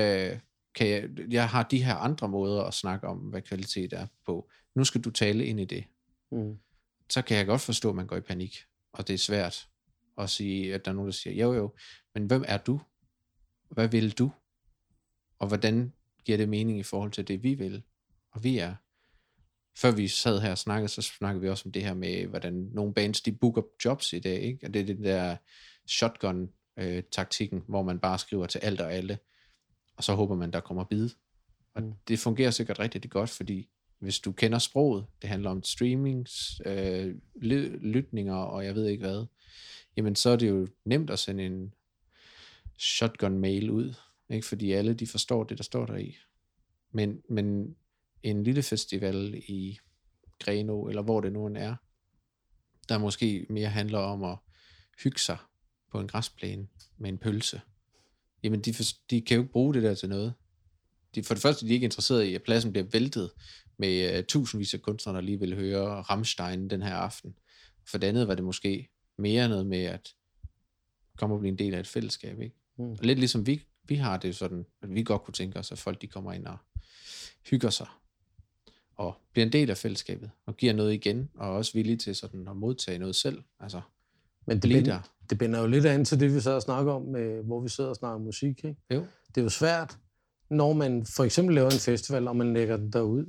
Jeg har de her andre måder at snakke om, hvad kvalitet er på. Nu skal du tale ind i det. Så kan jeg godt forstå, at man går i panik, og det er svært at sige, at der er nogen, der siger, jo, men hvem er du? Hvad vil du? Og hvordan giver det mening i forhold til det, vi vil, og vi er? Før vi sad her og snakkede, så snakkede vi også om det her med, hvordan nogle bands, de booker jobs i dag, ikke? Og det er den der shotgun-taktikken, hvor man bare skriver til alt og alle, og så håber man, der kommer bid. Og det fungerer sikkert rigtig godt, fordi hvis du kender sproget, det handler om streamings, lytninger, og jeg ved ikke hvad, jamen så er det jo nemt at sende en shotgun-mail ud, ikke? Fordi alle de forstår det, der står der i. Men en lille festival i Grenaa, eller hvor det nu er, der måske mere handler om at hygge sig på en græsplæne med en pølse, jamen de kan jo ikke bruge det der til noget. For det første, de er ikke interesserede i, at pladsen bliver væltet med tusindvis af kunstnere, der lige vil høre Rammstein den her aften. For det andet var det måske mere noget med at komme og blive en del af et fællesskab, ikke? Og lidt ligesom vi har det sådan, at vi godt kunne tænke os, at folk de kommer ind og hygger sig og bliver en del af fællesskabet og giver noget igen, og også villige til sådan at modtage noget selv. Altså, men det binder jo lidt an til det, vi så snakker om, hvor vi sidder og snakker musik, ikke? Jo. Det er jo svært, når man for eksempel laver en festival, og man lægger den derud.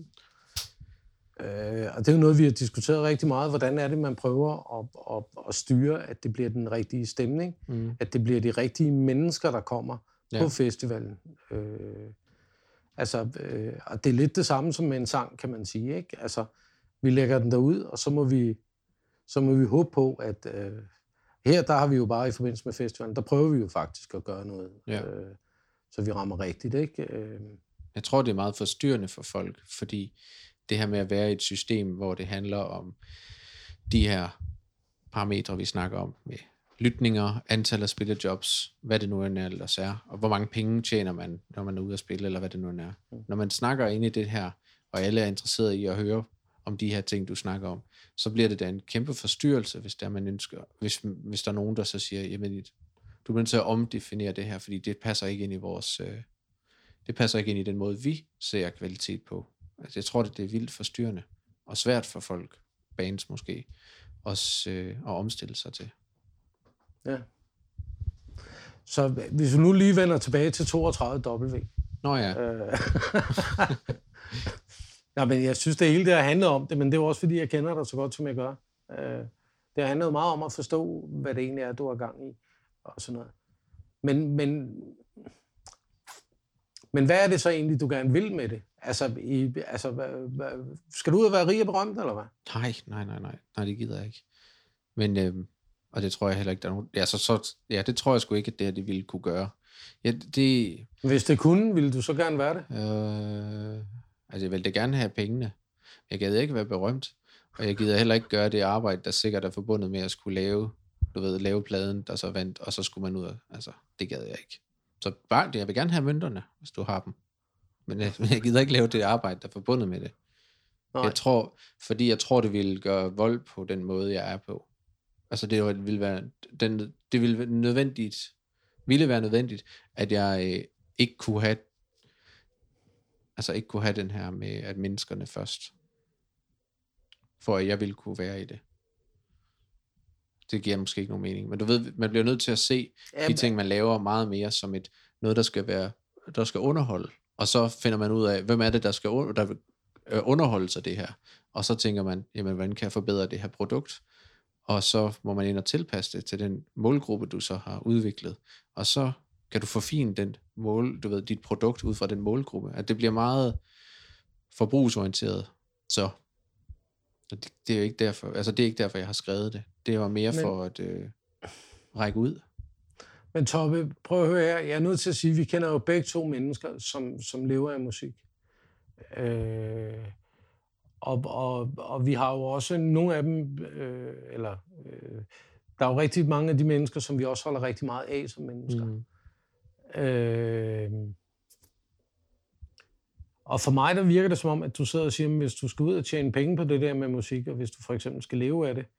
Og det er jo noget, vi har diskuteret rigtig meget. Hvordan er det, man prøver at styre, at det bliver den rigtige stemning? At det bliver de rigtige mennesker, der kommer på festivalen. Og det er lidt det samme som med en sang, kan man sige, ikke? Altså, vi lægger den derud, og så må vi håbe på, at her, der har vi jo bare i forbindelse med festivalen, der prøver vi jo faktisk at gøre noget, så vi rammer rigtigt, ikke? Jeg tror, det er meget forstyrrende for folk, fordi det her med at være i et system, hvor det handler om de her parametre, vi snakker om, med lytninger, antal af spillejobs, hvad det nu ellers er, og hvor mange penge tjener man, når man er ude at spille, eller hvad det nu er. Når man snakker ind i det her, og alle er interesseret i at høre om de her ting, du snakker om, så bliver det da en kæmpe forstyrrelse, hvis der man ønsker, hvis der er nogen, der så siger, jamen, du bliver nødt til at omdefinere det her, fordi det passer ikke ind i det passer ikke ind i den måde, vi ser kvalitet på. Altså, jeg tror, det er vildt forstyrrende, og svært for folk, bands måske, også at omstille sig til. Ja. Så hvis vi nu lige vender tilbage til 32W. Nå ja. Ja, men jeg synes, det hele det har handlet om det, men det er også fordi, jeg kender dig så godt, som jeg gør. Det har handlet meget om at forstå, hvad det egentlig er, du har gang i, og sådan noget. Men hvad er det så egentlig, du gerne vil med det? Skal du ud og være rig og berømt, eller hvad? Nej, det gider jeg ikke. Men, og det tror jeg heller ikke, der er nogen... det tror jeg sgu ikke, at det her, det ville kunne gøre. Ja, hvis det kunne, ville du så gerne være det? Jeg ville da gerne have pengene. Jeg gad ikke være berømt, og jeg gider heller ikke gøre det arbejde, der sikkert er forbundet med at skulle lave pladen, der så vandt, og så skulle man ud af... Altså, det gad jeg ikke. Så bare, jeg vil gerne have mønterne, hvis du har dem. Men jeg gider ikke lave det arbejde, der er forbundet med det. Jeg tror, det ville gøre vold på den måde, jeg er på. Altså, det ville være nødvendigt, at jeg ikke kunne have den her med, at menneskerne først, for at jeg ville kunne være i det. Det giver måske ikke nogen mening. Men du ved, man bliver nødt til at se de ting, man laver meget mere som noget, der skal underholde. Og så finder man ud af, hvem er det, der vil underholde sig det her. Og så tænker man, jamen, hvordan kan jeg forbedre det her produkt? Og så må man ind og tilpasse det til den målgruppe, du så har udviklet. Og så kan du forfine dit produkt ud fra den målgruppe. At det bliver meget forbrugsorienteret. Så Og det er jo ikke derfor, altså det er ikke derfor, jeg har skrevet det. Det var mere for at række ud. Men Toppe, prøv at høre her. Jeg er nødt til at sige, at vi kender jo begge to mennesker, som lever af musik. Og vi har jo også nogle af dem, der er jo rigtig mange af de mennesker, som vi også holder rigtig meget af som mennesker. Og for mig, der virker det som om, at du sidder og siger, at hvis du skal ud og tjene penge på det der med musik, og hvis du for eksempel skal leve af det,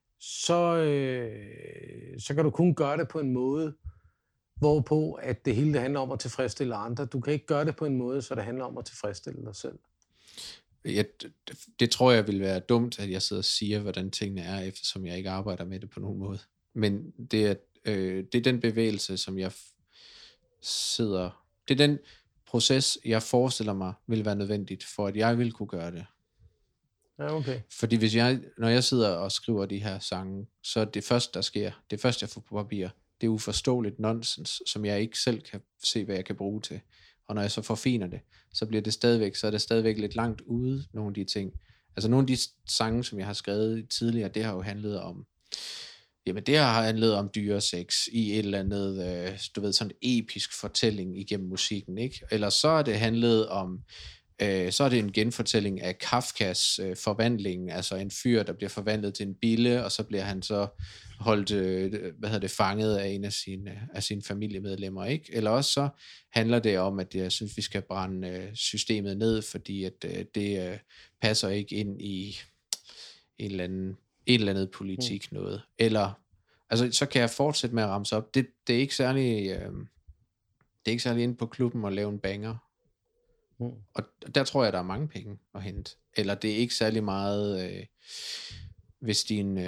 så kan du kun gøre det på en måde, hvorpå at det hele det handler om at tilfredsstille andre. Du kan ikke gøre det på en måde, så det handler om at tilfredsstille dig selv. Det tror jeg vil være dumt, at jeg sidder og siger, hvordan tingene er, eftersom jeg ikke arbejder med det på nogen måde. Men det er den bevægelse, som jeg sidder... Det er den proces, jeg forestiller mig, vil være nødvendigt, for at jeg vil kunne gøre det. Ja, okay. Fordi når jeg sidder og skriver de her sange, så er det første, der sker, det første, jeg får på papir, det er uforståeligt nonsens, som jeg ikke selv kan se, hvad jeg kan bruge til. Og når jeg så forfiner det, så er det stadigvæk lidt langt ude, nogle af de ting. Altså nogle af de sange, som jeg har skrevet tidligere, det har jo handlet om, det har handlet om dyresex i et eller andet, sådan en episk fortælling igennem musikken, ikke? Eller så er det handlet om, så er det en genfortælling af Kafkas forvandling, altså en fyr, der bliver forvandlet til en bille, og så bliver han så holdt, fanget af en af sine familiemedlemmer, ikke? Eller også så handler det om, at jeg synes, vi skal brænde systemet ned, fordi at det passer ikke ind i et eller andet politik noget. Eller, altså så kan jeg fortsætte med at ramse op. Det er ikke særlig inde på klubben at lave en banger. Og der tror jeg, der er mange penge at hente. Eller det er ikke særlig meget, hvis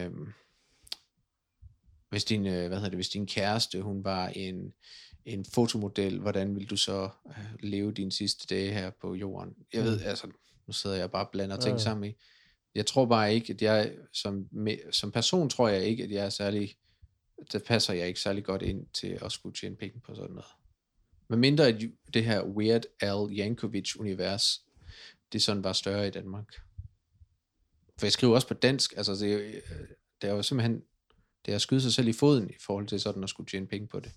din kæreste, hun var en fotomodel, hvordan vil du så leve dine sidste dage her på jorden? Jeg ved, altså, nu sidder jeg bare og blander ting sammen i. Jeg tror bare ikke, at jeg, som person tror jeg ikke, at jeg er særlig, der passer jeg ikke særlig godt ind til at skulle tjene penge på sådan noget. Men mindre at det her Weird Al Yankovic-univers, det sådan var større i Danmark. For jeg skriver også på dansk, altså det er jo simpelthen, det er at skyde sig selv i foden i forhold til sådan at skulle tjene penge på det.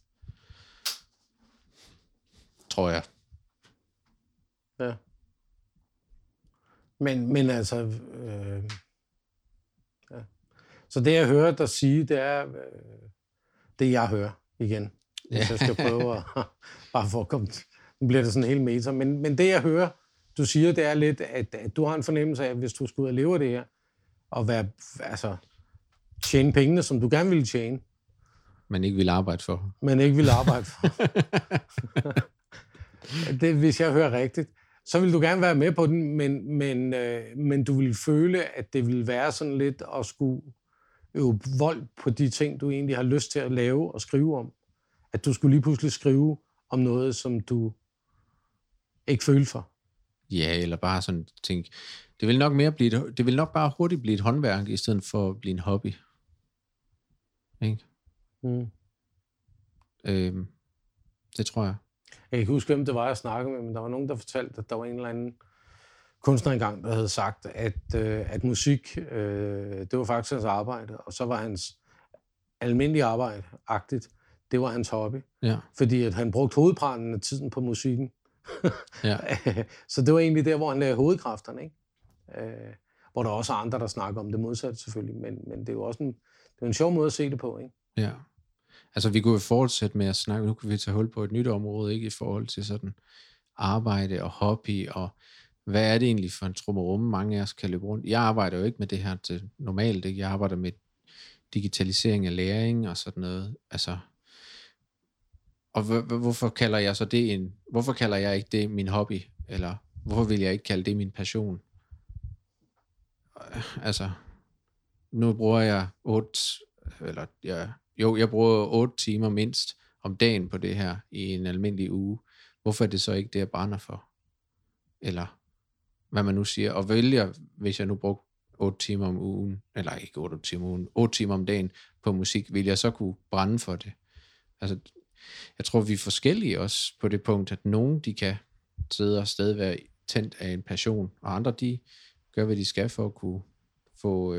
Tror jeg. Ja. Men altså, ja. Så det jeg hører dig sige, det er det jeg hører igen. Hvis jeg skal prøve at bare for at komme. Nu bliver det sådan helt meta. Men det jeg hører, du siger, det er lidt, at du har en fornemmelse af, at hvis du skal ud og leve af det her, og tjene pengene, som du gerne ville tjene. Men ikke vil arbejde for. Det, hvis jeg hører rigtigt, så vil du gerne være med på den, men du vil føle, at det vil være sådan lidt at skulle øve vold på de ting, du egentlig har lyst til at lave og skrive om. At du skulle lige pludselig skrive om noget, som du ikke følte for. Ja, eller bare sådan tænke, det vil nok bare hurtigt blive et håndværk, i stedet for at blive en hobby. Ikke? Det tror jeg. Jeg kan ikke huske, hvem det var, jeg snakkede med, men der var nogen, der fortalte, at der var en eller anden kunstner engang, der havde sagt, at musik, det var faktisk hans arbejde, og så var hans almindelige arbejde-agtigt, det var hans hobby. Ja. Fordi at han brugte hovedparten af tiden på musikken. Ja. Så det var egentlig der, hvor han lagde hovedkræfterne, ikke? Hvor der også er andre, der snakker om det modsatte selvfølgelig, men det er jo også en sjov måde at se det på, ikke? Ja. Altså vi kunne jo fortsætte med at snakke, nu kan vi tage hul på et nyt område, ikke, i forhold til sådan arbejde og hobby, og hvad er det egentlig for en trummerumme, mange af os kan løbe rundt. Jeg arbejder jo ikke med det her til normalt, ikke? Jeg arbejder med digitalisering af læring og sådan noget, altså. Og hvorfor kalder jeg så det hvorfor kalder jeg ikke det min hobby, eller hvorfor vil jeg ikke kalde det min passion? Altså, nu bruger jeg 8 timer mindst om dagen på det her i en almindelig uge. Hvorfor er det så ikke det, jeg brænder for? Eller hvad man nu siger. Og vælger, hvis jeg nu brugte 8 timer om ugen, eller ikke 8 timer om ugen, 8 timer om dagen på musik, vil jeg så kunne brænde for det? Altså, jeg tror, vi er forskellige også på det punkt, at nogen, de kan sidde og stadig være tændt af en passion, og andre, de gør, hvad de skal for at kunne få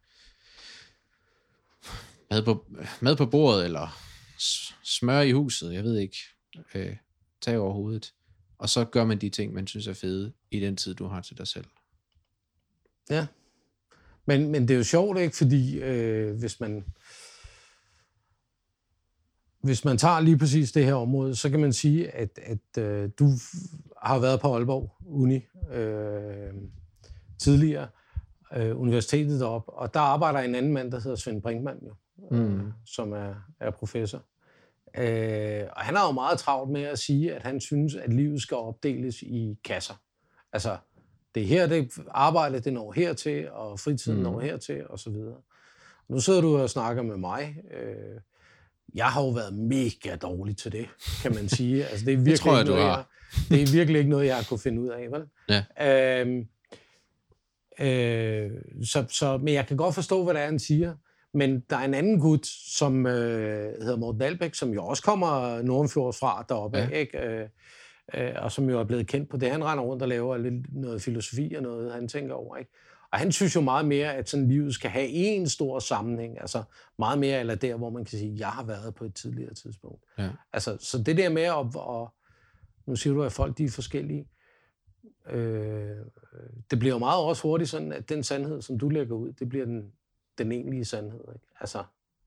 mad på bordet, eller smør i huset, jeg ved ikke, tag over hovedet. Og så gør man de ting, man synes er fede, i den tid, du har til dig selv. Ja. Men det er jo sjovt, ikke? Fordi hvis man tager lige præcis det her område, så kan man sige, at du har været på Aalborg Uni tidligere, universitetet deroppe, og der arbejder en anden mand, der hedder Svend Brinkmann, jo, som er professor. Og han har jo meget travlt med at sige, at han synes, at livet skal opdeles i kasser. Altså, det er her, det arbejde, det når hertil, og fritiden når hertil, og så videre. Nu sidder du og snakker med mig. Jeg har jo været mega dårlig til det, kan man sige. Altså, det er virkelig, det tror jeg, ikke noget, det er virkelig ikke noget, jeg har kunne finde ud af, vel? Ja. Men jeg kan godt forstå, hvad det er, han siger. Men der er en anden gut, som hedder Morten Dahlbæk, som jo også kommer Nordenfjords fra deroppe, ikke? Og som jo er blevet kendt på det. Han render rundt og laver lidt noget filosofi og noget, han tænker over, ikke? Og han synes jo meget mere, at sådan livet skal have en stor sammenhæng. Altså meget mere eller der, hvor man kan sige, jeg har været på et tidligere tidspunkt. Ja. Altså, så det der med at nu siger du, at folk de er forskellige. Det bliver jo meget også hurtigt sådan, at den sandhed, som du lægger ud, det bliver den egentlige sandhed, ikke? Altså,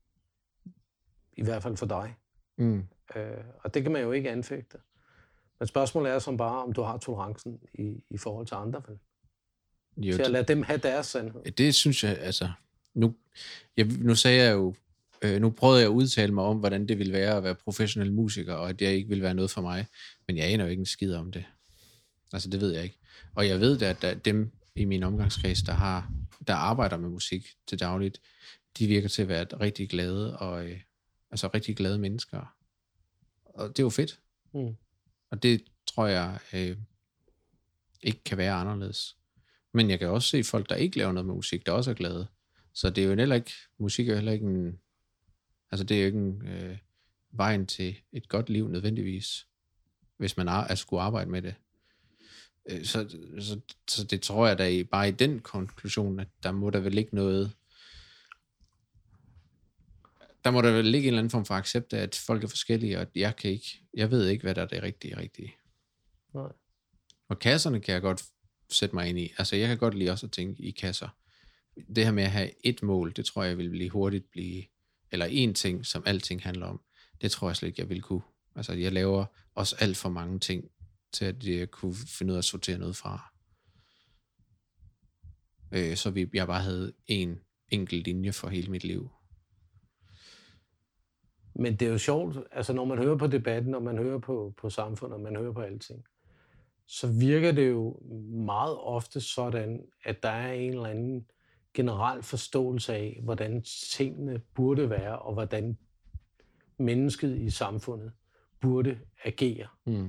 i hvert fald for dig. Og det kan man jo ikke anfægte. Men spørgsmålet er som bare, om du har tolerancen i forhold til andre, vel? Jo, til at lade dem have deres sandhed. Det synes jeg, altså... Nu sagde jeg jo... Nu prøvede jeg at udtale mig om, hvordan det ville være at være professionel musiker, og at det ikke ville være noget for mig. Men jeg aner jo ikke en skid om det. Altså, det ved jeg ikke. Og jeg ved, at dem i min omgangskreds, der arbejder med musik til dagligt, de virker til at være rigtig glade, og altså rigtig glade mennesker. Og det er jo fedt. Og det tror jeg ikke kan være anderledes. Men jeg kan også se folk, der ikke laver noget med musik, der også er glade. Så det er jo heller ikke, musik er jo heller ikke en, altså det er jo ikke en vejen til et godt liv nødvendigvis, hvis man skulle arbejde med det. Så det tror jeg da bare i den konklusion, at der må der vel ikke noget, der må der vel ligge en eller anden form for accept af, at folk er forskellige, og jeg ved ikke, hvad der er det rigtige. Nej. Og kasserne kan jeg godt sætte mig ind i. Altså jeg kan godt lide også at tænke i kasser. Det her med at have et mål, det tror jeg vil hurtigt blive, eller en ting, som alting handler om, det tror jeg slet ikke, jeg vil kunne. Altså jeg laver også alt for mange ting, til at jeg kunne finde ud af at sortere noget fra. Så jeg bare havde en enkelt linje for hele mit liv. Men det er jo sjovt, altså når man hører på debatten, når man hører på samfundet, og man hører på alting, så virker det jo meget ofte sådan, at der er en eller anden generel forståelse af, hvordan tingene burde være, og hvordan mennesket i samfundet burde agere.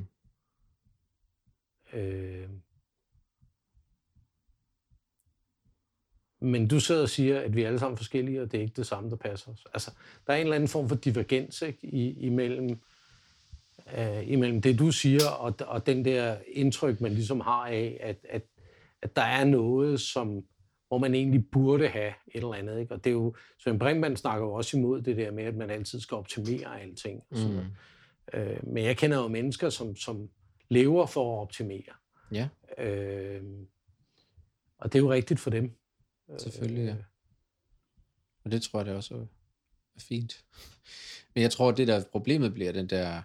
Men du sidder og siger, at vi er alle sammen forskellige, og det er ikke det samme, der passer os. Altså, der er en eller anden form for divergens, ikke, imellem det, du siger, og den der indtryk, man ligesom har af, at der er noget, hvor man egentlig burde have et eller andet. Ikke? Og det er jo, Svend Brinkmann snakker jo også imod det der med, at man altid skal optimere alting. Men jeg kender jo mennesker, som lever for at optimere. Ja. Og det er jo rigtigt for dem. Selvfølgelig, ja. Og det tror jeg da også er fint. Men jeg tror, at det der problemet bliver den der...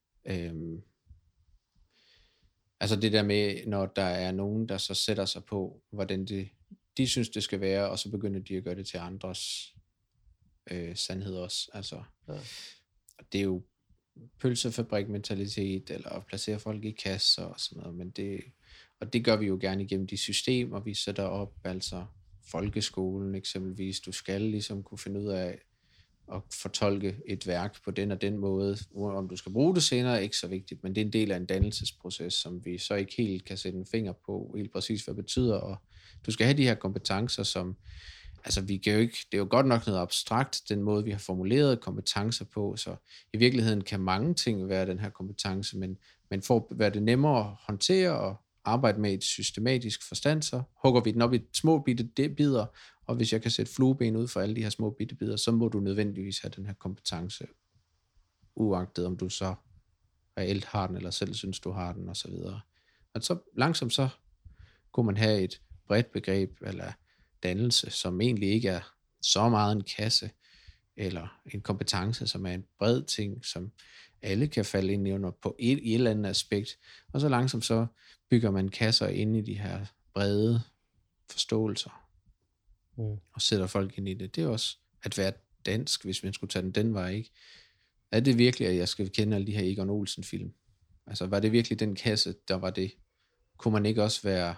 altså det der med, når der er nogen, der så sætter sig på, hvordan de synes, det skal være, og så begynder de at gøre det til andres sandhed også. Altså, det er jo pølsefabrik-mentalitet, eller at placere folk i kasser og sådan noget, men det gør vi jo gerne igennem de systemer, vi sætter op, altså folkeskolen eksempelvis. Du skal ligesom kunne finde ud af at fortolke et værk på den og den måde. Om du skal bruge det senere er ikke så vigtigt, men det er en del af en dannelsesproces, som vi så ikke helt kan sætte en finger på, helt præcis hvad det betyder, og du skal have de her kompetencer, som, altså vi kan jo ikke, det er jo godt nok noget abstrakt, den måde vi har formuleret kompetencer på, så i virkeligheden kan mange ting være den her kompetence, men for at være det nemmere at håndtere og arbejde med et systematisk forstand, så hugger vi den op i små bitte bidder, Og hvis jeg kan sætte flueben ud for alle de her små bitte, så må du nødvendigvis have den her kompetence, uagtet om du så reelt har den, eller selv synes, du har den, og så videre. Og så langsomt så kunne man have et bredt begreb, eller dannelse, som egentlig ikke er så meget en kasse, eller en kompetence, som er en bred ting, som alle kan falde ind under på i et eller andet aspekt. Og så langsomt så bygger man kasser ind i de her brede forståelser, og sætter folk ind i det. Det er også at være dansk, hvis man skulle tage den vej, ikke? Er det virkelig, at jeg skal kende alle de her Egon Olsen-film? Altså, var det virkelig den kasse, der var det? Kunne man ikke også være,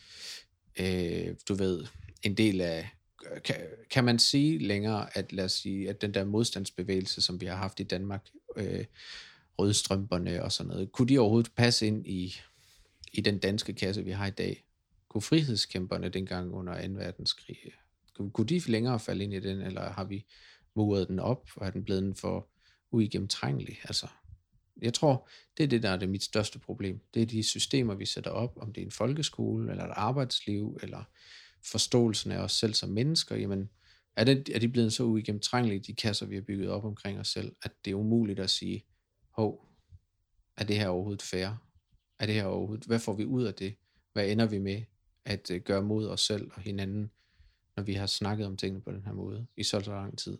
en del af... Kan man sige længere, at lad os sige, at den der modstandsbevægelse, som vi har haft i Danmark, rødstrømperne og sådan noget, kunne de overhovedet passe ind i den danske kasse, vi har i dag? Kunne frihedskæmperne dengang under 2. verdenskrig, kunne de længere falde ind i den, eller har vi muret den op, og er den blevet for uigennemtrængelig? Altså, jeg tror, det er det, der er det mit største problem. Det er de systemer, vi sætter op, om det er en folkeskole, eller et arbejdsliv, eller forståelsen af os selv som mennesker. Jamen, er de blevet så uigennemtrængelige, de kasser, vi har bygget op omkring os selv, at det er umuligt at sige, er det her overhovedet fair? Er det her overhovedet, hvad får vi ud af det? Hvad ender vi med at gøre mod os selv og hinanden, når vi har snakket om tingene på den her måde i så lang tid?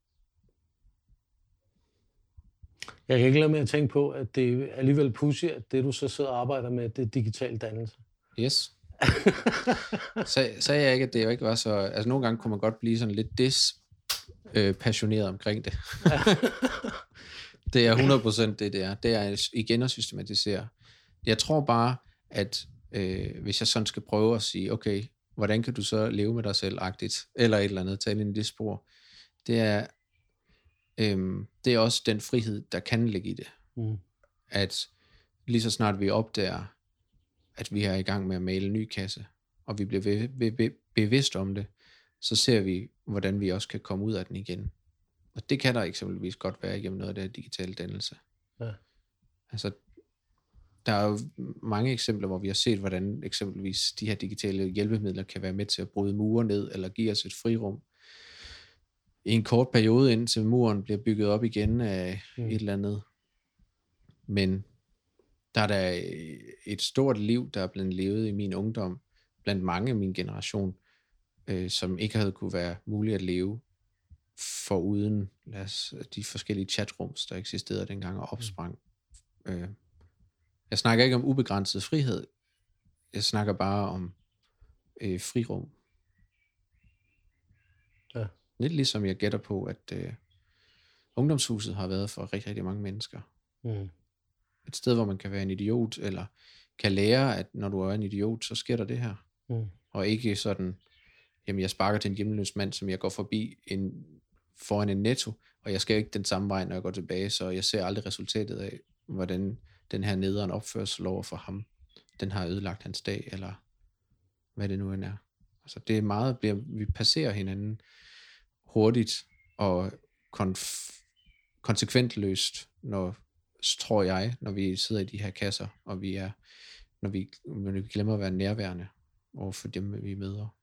Jeg kan ikke lade med at tænke på, at det er alligevel pudsigt, at det du så sidder og arbejder med, det er digital dannelse. Yes. Sagde jeg ikke, at det jo ikke var så... Altså nogle gange kunne man godt blive sådan lidt passioneret omkring det. Det er 100% det er. Det er igen at systematisere. Jeg tror bare, at hvis jeg sådan skal prøve at sige, okay, hvordan kan du så leve med dig selv-agtigt, eller et eller andet, tage ind i det spor, det er også den frihed, der kan ligge i det. At lige så snart vi opdager, at vi er i gang med at male en ny kasse, og vi bliver bevidst om det, så ser vi, hvordan vi også kan komme ud af den igen. Og det kan der eksempelvis godt være igennem noget af det digitale dannelse. Ja. Altså, der er jo mange eksempler, hvor vi har set, hvordan eksempelvis de her digitale hjælpemidler kan være med til at bryde mure ned, eller give os et frirum i en kort periode, indtil muren bliver bygget op igen af et eller andet. Men der er der et stort liv, der er blevet levet i min ungdom, blandt mange af min generation, som ikke havde kunne være muligt at leve foruden de forskellige chatrooms, der eksisterede dengang og opsprang. Jeg snakker ikke om ubegrænset frihed. Jeg snakker bare om frirum. Ja. Lidt ligesom jeg gætter på, at ungdomshuset har været for rigtig, rigtig mange mennesker. Et sted, hvor man kan være en idiot, eller kan lære, at når du er en idiot, så sker der det her. Og ikke sådan, jamen jeg sparker til en hjemløs mand, som jeg går forbi foran en Netto, og jeg skal ikke den samme vej, når jeg går tilbage, så jeg ser aldrig resultatet af, hvordan den her nederen opførsel over for ham, den har ødelagt hans dag, eller hvad det nu end er. Altså det er meget, vi passerer hinanden hurtigt og konsekvent løst, tror jeg, når vi sidder i de her kasser, og når vi glemmer at være nærværende over for dem, vi møder.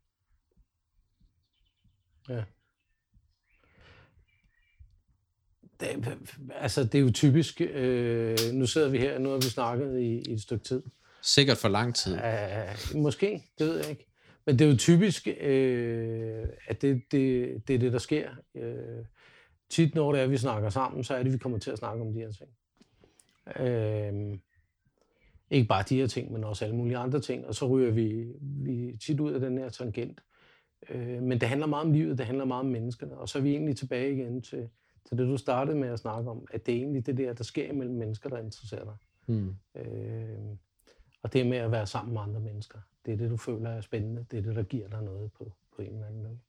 Ja. Det er jo typisk, nu sidder vi her, nu har vi snakket i et stykke tid. Sikkert for lang tid. Måske, det ved jeg ikke. Men det er jo typisk, at det er det, der sker. Tit når det er, vi snakker sammen, så er det, vi kommer til at snakke om de her ting. Ikke bare de her ting, men også alle mulige andre ting. Og så ryger vi tit ud af den her tangent. Men det handler meget om livet, det handler meget om menneskene. Og så er vi egentlig tilbage igen til det, du startede med at snakke om, at det er egentlig det der sker imellem mennesker, der interesserer dig. Og det med at være sammen med andre mennesker. Det er det, du føler er spændende. Det er det, der giver dig noget på en eller anden måde.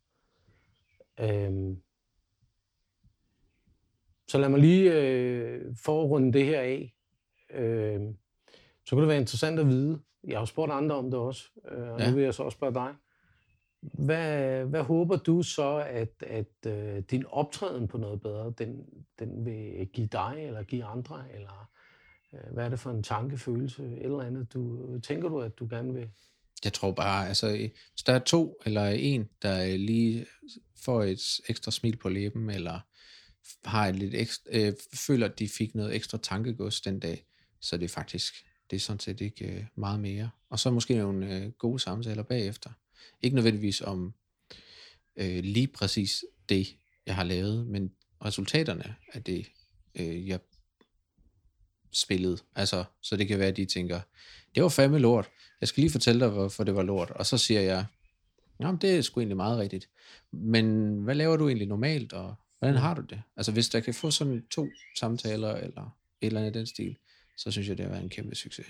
Så lad mig lige for at runde det her af. Så kunne det være interessant at vide. Jeg har jo spurgt andre om det også, og nu vil jeg så også spørge dig. Hvad håber du så, at din optræden på Noget Bedre, den vil give dig eller give andre? Eller hvad er det for en tankefølelse? Et eller andet, tænker du, at du gerne vil Jeg tror bare, altså, hvis der er 2 eller 1, der lige får et ekstra smil på læben, eller har et lidt ekstra, føler, at de fik noget ekstra tankegods den dag, så det er sådan set ikke meget mere. Og så måske nogle gode samtaler bagefter. Ikke nødvendigvis om lige præcis det, jeg har lavet, men resultaterne af det, jeg spillede. Altså, så det kan være, at de tænker, det var fandme lort. Jeg skal lige fortælle dig, hvorfor det var lort. Og så siger jeg, jamen, det er sgu egentlig meget rigtigt. Men hvad laver du egentlig normalt, og hvordan har du det? Altså, hvis der kan få sådan 2 samtaler, eller et eller andet i den stil, så synes jeg, det har været en kæmpe succes.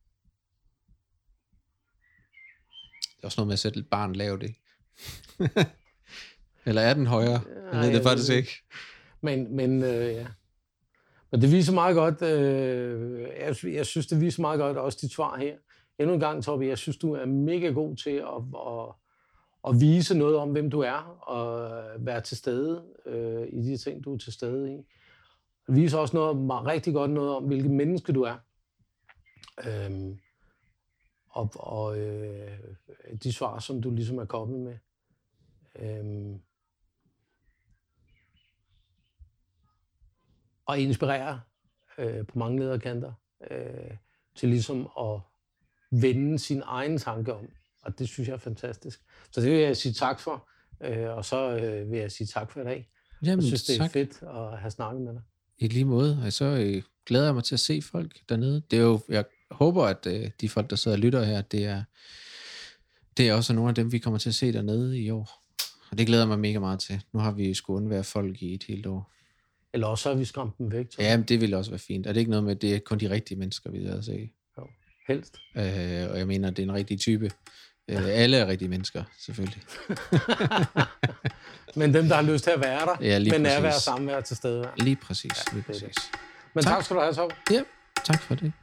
Det er også noget med at sætte et barn lavt, ikke? Eller er den højere? Jeg ved det faktisk ikke. Men ja. Men det viser meget godt, jeg synes, det viser meget godt også dit svar her. Endnu en gang, Toppe, jeg synes, du er mega god til at vise noget om, hvem du er, og være til stede i de ting, du er til stede i. Det viser også rigtig godt noget om, hvilket menneske du er. Og de svar, som du ligesom er kommet med. Og inspirere på mange lederkanter til ligesom at vende sin egen tanke om. Og det synes jeg er fantastisk. Så det vil jeg sige tak for. Og så vil jeg sige tak for i dag. Jamen, jeg synes, det er tak. fedt at have snakket med dig. I lige måde. Og så glæder jeg mig til at se folk dernede. Det er jo, jeg håber, at de folk, der sidder og lytter her, det er også nogle af dem, vi kommer til at se dernede i år. Og det glæder mig mega meget til. Nu har vi sgu undværet folk i et helt år. Eller også har vi skræmt dem væk. Ja, men det vil også være fint. Og det er ikke noget med, at det er kun de rigtige mennesker, vi vil se. Jo, helst. Og jeg mener, det er en rigtig type. Alle er rigtige mennesker, selvfølgelig. Men dem, der har lyst til at være der, ja, men nærvær og samvær til stede. Lige præcis. Lige præcis. Men tak skal du have, Toppe. Ja, tak for det.